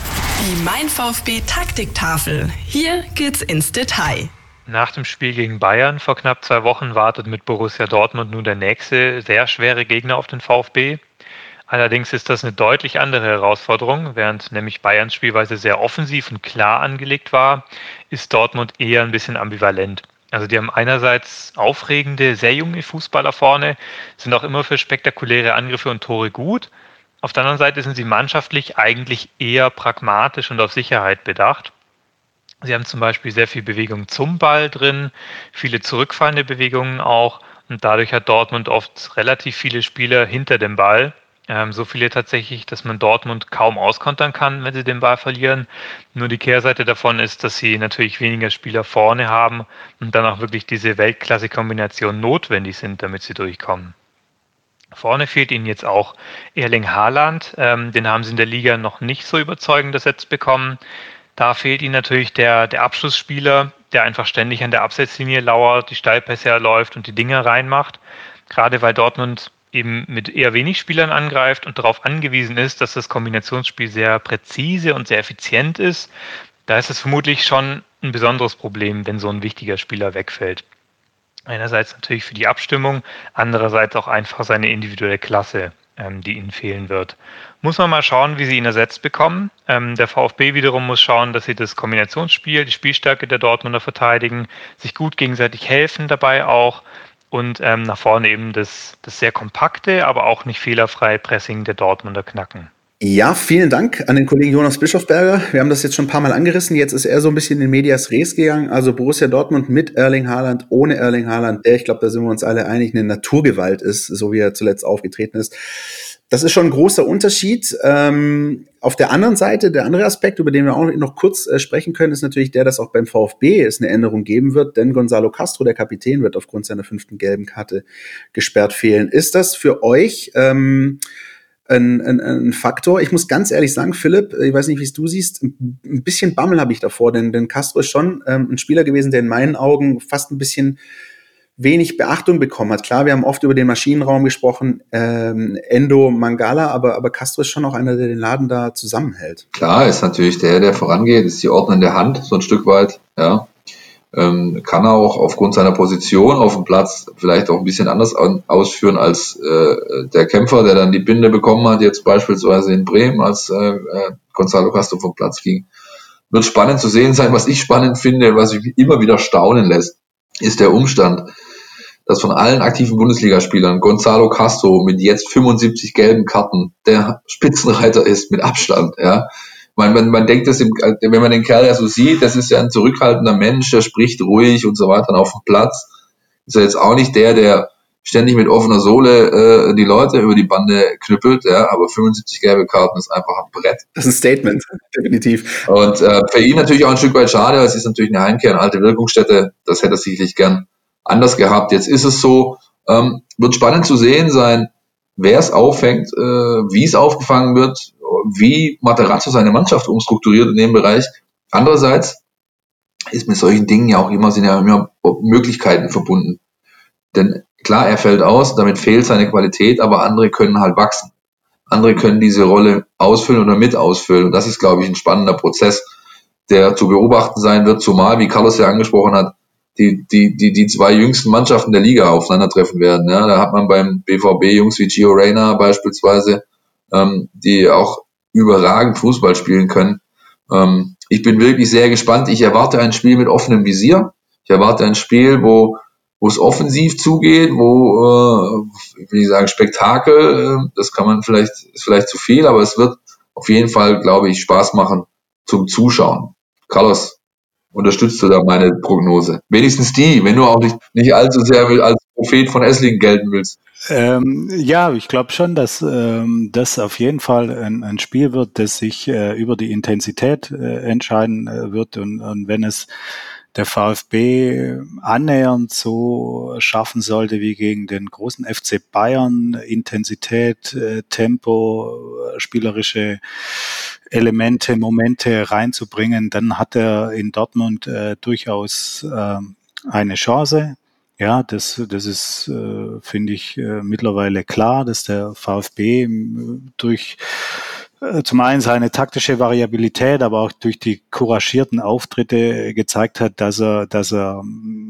Die Mein VfB Taktiktafel. Hier geht's ins Detail. Nach dem Spiel gegen Bayern vor knapp zwei Wochen wartet mit Borussia Dortmund nun der nächste sehr schwere Gegner auf den VfB. Allerdings ist das eine deutlich andere Herausforderung. Während nämlich Bayerns Spielweise sehr offensiv und klar angelegt war, ist Dortmund eher ein bisschen ambivalent. Also die haben einerseits aufregende, sehr junge Fußballer vorne, sind auch immer für spektakuläre Angriffe und Tore gut. Auf der anderen Seite sind sie mannschaftlich eigentlich eher pragmatisch und auf Sicherheit bedacht. Sie haben zum Beispiel sehr viel Bewegung zum Ball drin, viele zurückfallende Bewegungen auch und dadurch hat Dortmund oft relativ viele Spieler hinter dem Ball. Ähm, so viele tatsächlich, dass man Dortmund kaum auskontern kann, wenn sie den Ball verlieren. Nur die Kehrseite davon ist, dass sie natürlich weniger Spieler vorne haben und dann auch wirklich diese Weltklasse-Kombination notwendig sind, damit sie durchkommen. Vorne fehlt ihnen jetzt auch Erling Haaland, ähm, den haben sie in der Liga noch nicht so überzeugend ersetzt bekommen. Da fehlt ihnen natürlich der, der Abschlussspieler, der einfach ständig an der Abseitslinie lauert, die Steilpässe erläuft und die Dinger reinmacht. Gerade weil Dortmund eben mit eher wenig Spielern angreift und darauf angewiesen ist, dass das Kombinationsspiel sehr präzise und sehr effizient ist. Da ist es vermutlich schon ein besonderes Problem, wenn so ein wichtiger Spieler wegfällt. Einerseits natürlich für die Abstimmung, andererseits auch einfach seine individuelle Klasse, ähm, die ihnen fehlen wird. Muss man mal schauen, wie sie ihn ersetzt bekommen. Ähm, der VfB wiederum muss schauen, dass sie das Kombinationsspiel, die Spielstärke der Dortmunder verteidigen, sich gut gegenseitig helfen dabei auch und ähm, nach vorne eben das, das sehr kompakte, aber auch nicht fehlerfreie Pressing der Dortmunder knacken. Ja, vielen Dank an den Kollegen Jonas Bischofberger. Wir haben das jetzt schon ein paar Mal angerissen. Jetzt ist er so ein bisschen in Medias Res gegangen. Also Borussia Dortmund mit Erling Haaland, ohne Erling Haaland, der, ich glaube, da sind wir uns alle einig, eine Naturgewalt ist, so wie er zuletzt aufgetreten ist. Das ist schon ein großer Unterschied. Ähm, auf der anderen Seite, der andere Aspekt, über den wir auch noch kurz äh, sprechen können, ist natürlich der, dass auch beim VfB es eine Änderung geben wird, denn Gonzalo Castro, der Kapitän, wird aufgrund seiner fünften gelben Karte gesperrt fehlen. Ist das für euch ähm, ein, ein, ein Faktor? Ich muss ganz ehrlich sagen, Philipp, ich weiß nicht, wie es du siehst, ein bisschen Bammel habe ich davor, denn, denn Castro ist schon ähm, ein Spieler gewesen, der in meinen Augen fast ein bisschen wenig Beachtung bekommen hat. Klar, wir haben oft über den Maschinenraum gesprochen, ähm, Endo, Mangala, aber, aber Castro ist schon auch einer, der den Laden da zusammenhält. Klar, ist natürlich der, der vorangeht, ist die ordnende Hand, so ein Stück weit, ja. Ähm, kann er auch aufgrund seiner Position auf dem Platz vielleicht auch ein bisschen anders an, ausführen als äh, der Kämpfer, der dann die Binde bekommen hat, jetzt beispielsweise in Bremen, als äh, äh, Gonzalo Castro vom Platz ging. Wird spannend zu sehen sein. Was ich spannend finde, was mich immer wieder staunen lässt, ist der Umstand, dass von allen aktiven Bundesligaspielern Gonzalo Castro mit jetzt fünfundsiebzig gelben Karten der Spitzenreiter ist mit Abstand, ja. Man, man, man denkt das, im, wenn man den Kerl ja so sieht, das ist ja ein zurückhaltender Mensch, der spricht ruhig und so weiter auf dem Platz. Ist er jetzt auch nicht der, der ständig mit offener Sohle äh, die Leute über die Bande knüppelt, ja, aber fünfundsiebzig gelbe Karten ist einfach ein Brett. Das ist ein Statement, definitiv. Und äh, für ihn natürlich auch ein Stück weit schade, weil es ist natürlich eine Heimkehr, eine alte Wirkungsstätte, das hätte er sicherlich gern anders gehabt. Jetzt ist es so, ähm, wird spannend zu sehen sein, wer es auffängt, äh, wie es aufgefangen wird, wie Materazzo seine Mannschaft umstrukturiert in dem Bereich. Andererseits ist mit solchen Dingen ja auch immer, sind ja immer Möglichkeiten verbunden. Denn klar, er fällt aus, damit fehlt seine Qualität, aber andere können halt wachsen. Andere können diese Rolle ausfüllen oder mit ausfüllen. Und das ist, glaube ich, ein spannender Prozess, der zu beobachten sein wird, zumal, wie Carlos ja angesprochen hat, die, die, die, die zwei jüngsten Mannschaften der Liga aufeinandertreffen werden. Ja, da hat man beim B V B Jungs wie Gio Reyna beispielsweise, ähm, die auch überragend Fußball spielen können. Ähm, ich bin wirklich sehr gespannt. Ich erwarte ein Spiel mit offenem Visier. Ich erwarte ein Spiel, wo wo es offensiv zugeht, wo, äh, ich will nicht sagen Spektakel, äh, das kann man vielleicht, ist vielleicht zu viel, aber es wird auf jeden Fall, glaube ich, Spaß machen zum Zuschauen. Carlos, unterstützt du da meine Prognose? Wenigstens die, wenn du auch nicht, nicht allzu sehr als Prophet von Esslingen gelten willst. Ähm, ja, ich glaube schon, dass ähm, das auf jeden Fall ein, ein Spiel wird, das sich äh, über die Intensität äh, entscheiden äh, wird und, und wenn es der VfB annähernd so schaffen sollte wie gegen den großen F C Bayern, Intensität, äh, Tempo, spielerische Elemente, Momente reinzubringen, dann hat er in Dortmund äh, durchaus äh, eine Chance. Ja, das, das ist, äh, finde ich, äh, mittlerweile klar, dass der VfB äh, durch äh, zum einen seine taktische Variabilität, aber auch durch die couragierten Auftritte gezeigt hat, dass er, dass er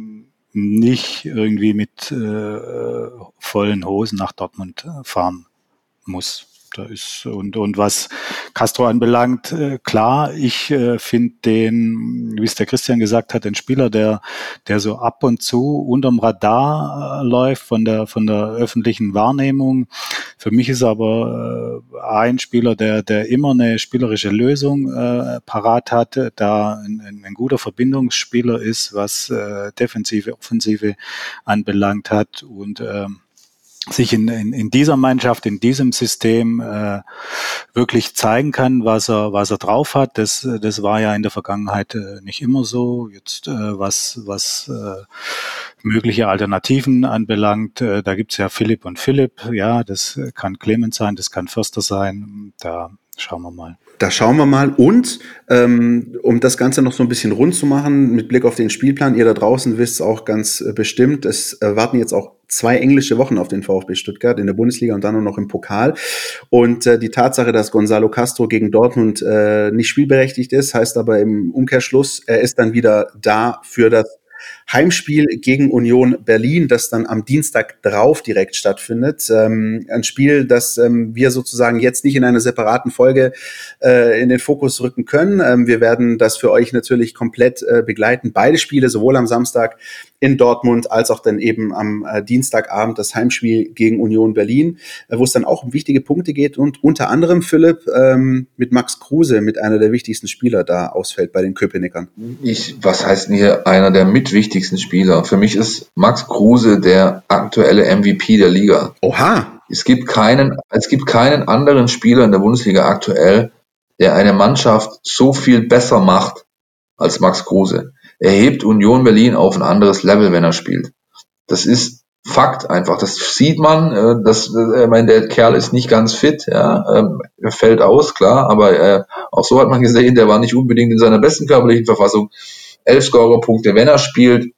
nicht irgendwie mit äh, vollen Hosen nach Dortmund fahren muss. Da ist, und, und was Castro anbelangt, äh, klar, ich äh, finde den, wie es der Christian gesagt hat, ein Spieler, der, der so ab und zu unterm Radar äh, läuft von der, von der öffentlichen Wahrnehmung. Für mich ist aber äh, ein Spieler, der, der immer eine spielerische Lösung äh, parat hat, da ein, ein guter Verbindungsspieler ist, was äh, Defensive, Offensive anbelangt hat und ähm, sich in, in, in dieser Mannschaft, in diesem System äh, wirklich zeigen kann, was er, was er drauf hat. Das, das war ja in der Vergangenheit äh, nicht immer so. Jetzt, äh, was, was äh, mögliche Alternativen anbelangt, äh, da gibt's ja Philipp und Philipp. Ja, das kann Clemens sein, das kann Förster sein. Da schauen wir mal. Da schauen wir mal. Und ähm, um das Ganze noch so ein bisschen rund zu machen, mit Blick auf den Spielplan, ihr da draußen wisst auch ganz äh, bestimmt, es äh, warten jetzt auch zwei englische Wochen auf den VfB Stuttgart in der Bundesliga und dann nur noch im Pokal. Und äh, die Tatsache, dass Gonzalo Castro gegen Dortmund äh, nicht spielberechtigt ist, heißt aber im Umkehrschluss, er ist dann wieder da für das Heimspiel gegen Union Berlin, das dann am Dienstag drauf direkt stattfindet. Ähm, ein Spiel, das ähm, wir sozusagen jetzt nicht in einer separaten Folge äh, in den Fokus rücken können. Ähm, wir werden das für euch natürlich komplett äh, begleiten. Beide Spiele, sowohl am Samstag in Dortmund als auch dann eben am äh, Dienstagabend das Heimspiel gegen Union Berlin, äh, wo es dann auch um wichtige Punkte geht und unter anderem, Philipp, ähm, mit Max Kruse, mit einer der wichtigsten Spieler da ausfällt bei den Köpenickern. Ich, was heißt denn hier einer der mitwichtigsten Spieler? Für mich ist Max Kruse der aktuelle M V P der Liga. Oha! Es gibt keinen, es gibt keinen anderen Spieler in der Bundesliga aktuell, der eine Mannschaft so viel besser macht als Max Kruse. Er hebt Union Berlin auf ein anderes Level, wenn er spielt. Das ist Fakt einfach. Das sieht man. Das, ich meine, der Kerl ist nicht ganz fit. Ja, er fällt aus, klar. Aber äh, auch so hat man gesehen, der war nicht unbedingt in seiner besten körperlichen Verfassung. Elf Scorerpunkte, wenn er spielt,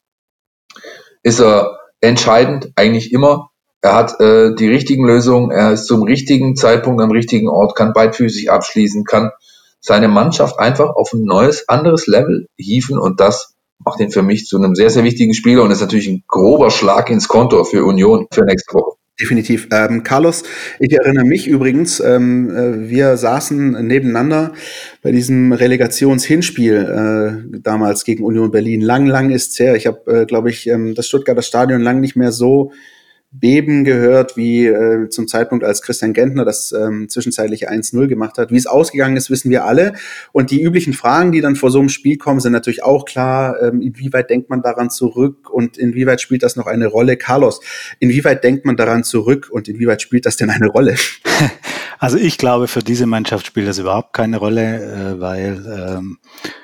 ist er entscheidend, eigentlich immer. Er hat äh, die richtigen Lösungen. Er ist zum richtigen Zeitpunkt am richtigen Ort, kann beidfüßig abschließen, kann seine Mannschaft einfach auf ein neues, anderes Level hieven und das macht ihn für mich zu einem sehr, sehr wichtigen Spieler und ist natürlich ein grober Schlag ins Konto für Union für nächste Woche. Definitiv. Ähm, Carlos, ich erinnere mich übrigens, ähm, äh, wir saßen nebeneinander bei diesem Relegationshinspiel äh, damals gegen Union Berlin. Lang, lang ist's her. Ich habe, äh, glaube ich, ähm, das Stuttgarter Stadion lang nicht mehr so Beben gehört, wie äh, zum Zeitpunkt, als Christian Gentner das ähm, zwischenzeitliche eins null gemacht hat. Wie es ausgegangen ist, wissen wir alle. Und die üblichen Fragen, die dann vor so einem Spiel kommen, sind natürlich auch klar, ähm, inwieweit denkt man daran zurück und inwieweit spielt das noch eine Rolle? Carlos, inwieweit denkt man daran zurück und inwieweit spielt das denn eine Rolle? Also ich glaube, für diese Mannschaft spielt das überhaupt keine Rolle, äh, weil ähm,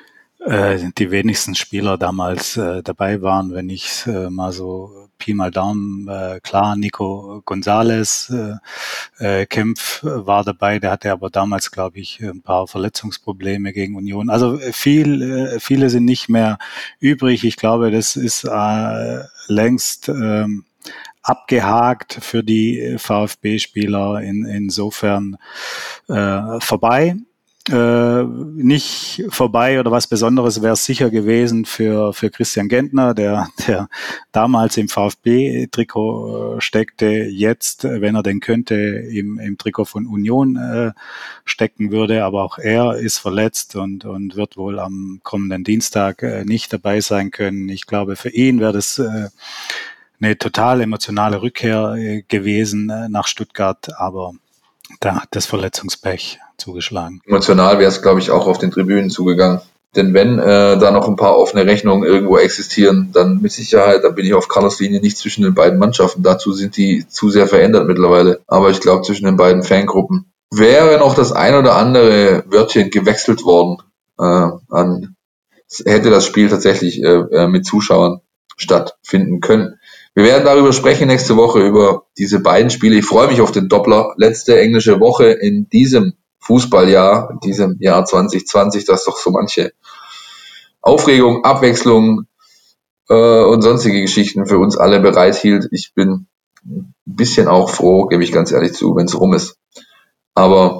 äh, die wenigsten Spieler damals äh, dabei waren, wenn ich äh, mal so Pi mal Daumen, äh, klar, Nico Gonzalez, äh, äh, Kempf war dabei, der hatte aber damals, glaube ich, ein paar Verletzungsprobleme gegen Union. Also viel, äh, viele sind nicht mehr übrig. Ich glaube, das ist äh, längst ähm, abgehakt für die VfB-Spieler, in, insofern äh, vorbei. Äh, nicht vorbei oder was Besonderes wäre es sicher gewesen für für Christian Gentner, der der damals im VfB-Trikot steckte, jetzt, wenn er denn könnte, im im Trikot von Union äh, stecken würde, aber auch er ist verletzt und und wird wohl am kommenden Dienstag äh, nicht dabei sein können. Ich glaube, für ihn wäre das äh, eine total emotionale Rückkehr äh, gewesen äh, nach Stuttgart, aber da hat das Verletzungspech zugeschlagen. Emotional wäre es, glaube ich, auch auf den Tribünen zugegangen. Denn wenn äh, da noch ein paar offene Rechnungen irgendwo existieren, dann mit Sicherheit, da bin ich auf Carlos Linie nicht zwischen den beiden Mannschaften. Dazu sind die zu sehr verändert mittlerweile. Aber ich glaube, zwischen den beiden Fangruppen wäre noch das ein oder andere Wörtchen gewechselt worden. Äh, an, hätte das Spiel tatsächlich äh, mit Zuschauern stattfinden können. Wir werden darüber sprechen nächste Woche, über diese beiden Spiele. Ich freue mich auf den Doppler. Letzte englische Woche in diesem Fußballjahr, in diesem Jahr zwanzig zwanzig, das doch so manche Aufregung, Abwechslung äh, und sonstige Geschichten für uns alle bereithielt. Ich bin ein bisschen auch froh, gebe ich ganz ehrlich zu, wenn es rum ist. Aber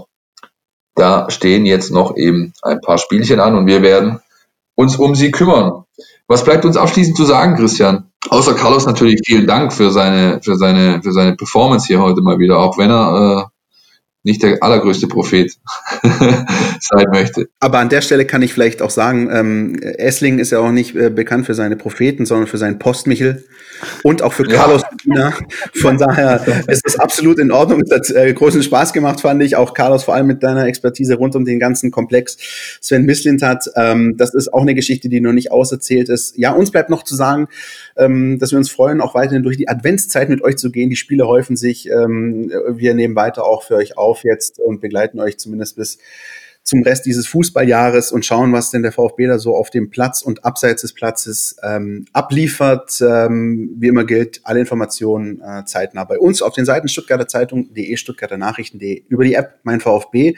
da stehen jetzt noch eben ein paar Spielchen an und wir werden uns um sie kümmern. Was bleibt uns abschließend zu sagen, Christian? Außer Carlos natürlich vielen Dank für seine, für seine, für seine Performance hier heute mal wieder, auch wenn er äh, nicht der allergrößte Prophet sein möchte. Aber an der Stelle kann ich vielleicht auch sagen, ähm, Essling ist ja auch nicht äh, bekannt für seine Propheten, sondern für seinen Postmichel und auch für Carlos Medina. Von daher ist das absolut in Ordnung. Es hat äh, großen Spaß gemacht, fand ich. Auch Carlos, vor allem mit deiner Expertise rund um den ganzen Komplex. Sven Mislintat, ähm, das ist auch eine Geschichte, die noch nicht auserzählt ist. Ja, uns bleibt noch zu sagen, ähm, dass wir uns freuen, auch weiterhin durch die Adventszeit mit euch zu gehen. Die Spiele häufen sich. Ähm, wir nehmen weiter auch für euch auf jetzt und begleiten euch zumindest bis zum Rest dieses Fußballjahres und schauen, was denn der VfB da so auf dem Platz und abseits des Platzes ähm, abliefert. Ähm, wie immer gilt, alle Informationen äh, zeitnah bei uns auf den Seiten Stuttgarter Zeitung punkt de, Stuttgarter Nachrichten punkt de, über die App Mein VfB.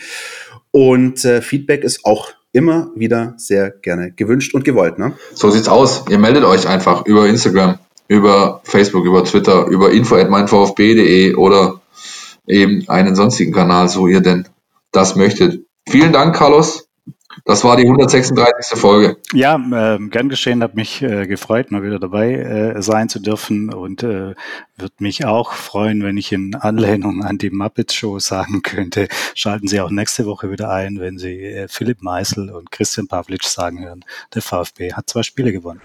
Und äh, Feedback ist auch immer wieder sehr gerne gewünscht und gewollt. Ne? So sieht's aus. Ihr meldet euch einfach über Instagram, über Facebook, über Twitter, über info at mein v f b punkt de oder eben einen sonstigen Kanal, so ihr denn das möchtet. Vielen Dank, Carlos. Das war die hundertsechsunddreißigste Folge. Ja, äh, gern geschehen, hat mich äh, gefreut, mal wieder dabei äh, sein zu dürfen und äh, würde mich auch freuen, wenn ich in Anlehnung an die Muppets Show sagen könnte, schalten Sie auch nächste Woche wieder ein, wenn Sie äh, Philipp Meisel und Christian Pavlic sagen hören, der VfB hat zwei Spiele gewonnen.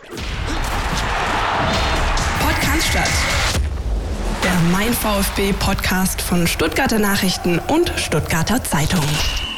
Podcast statt. Der Mein VfB Podcast von Stuttgarter Nachrichten und Stuttgarter Zeitung.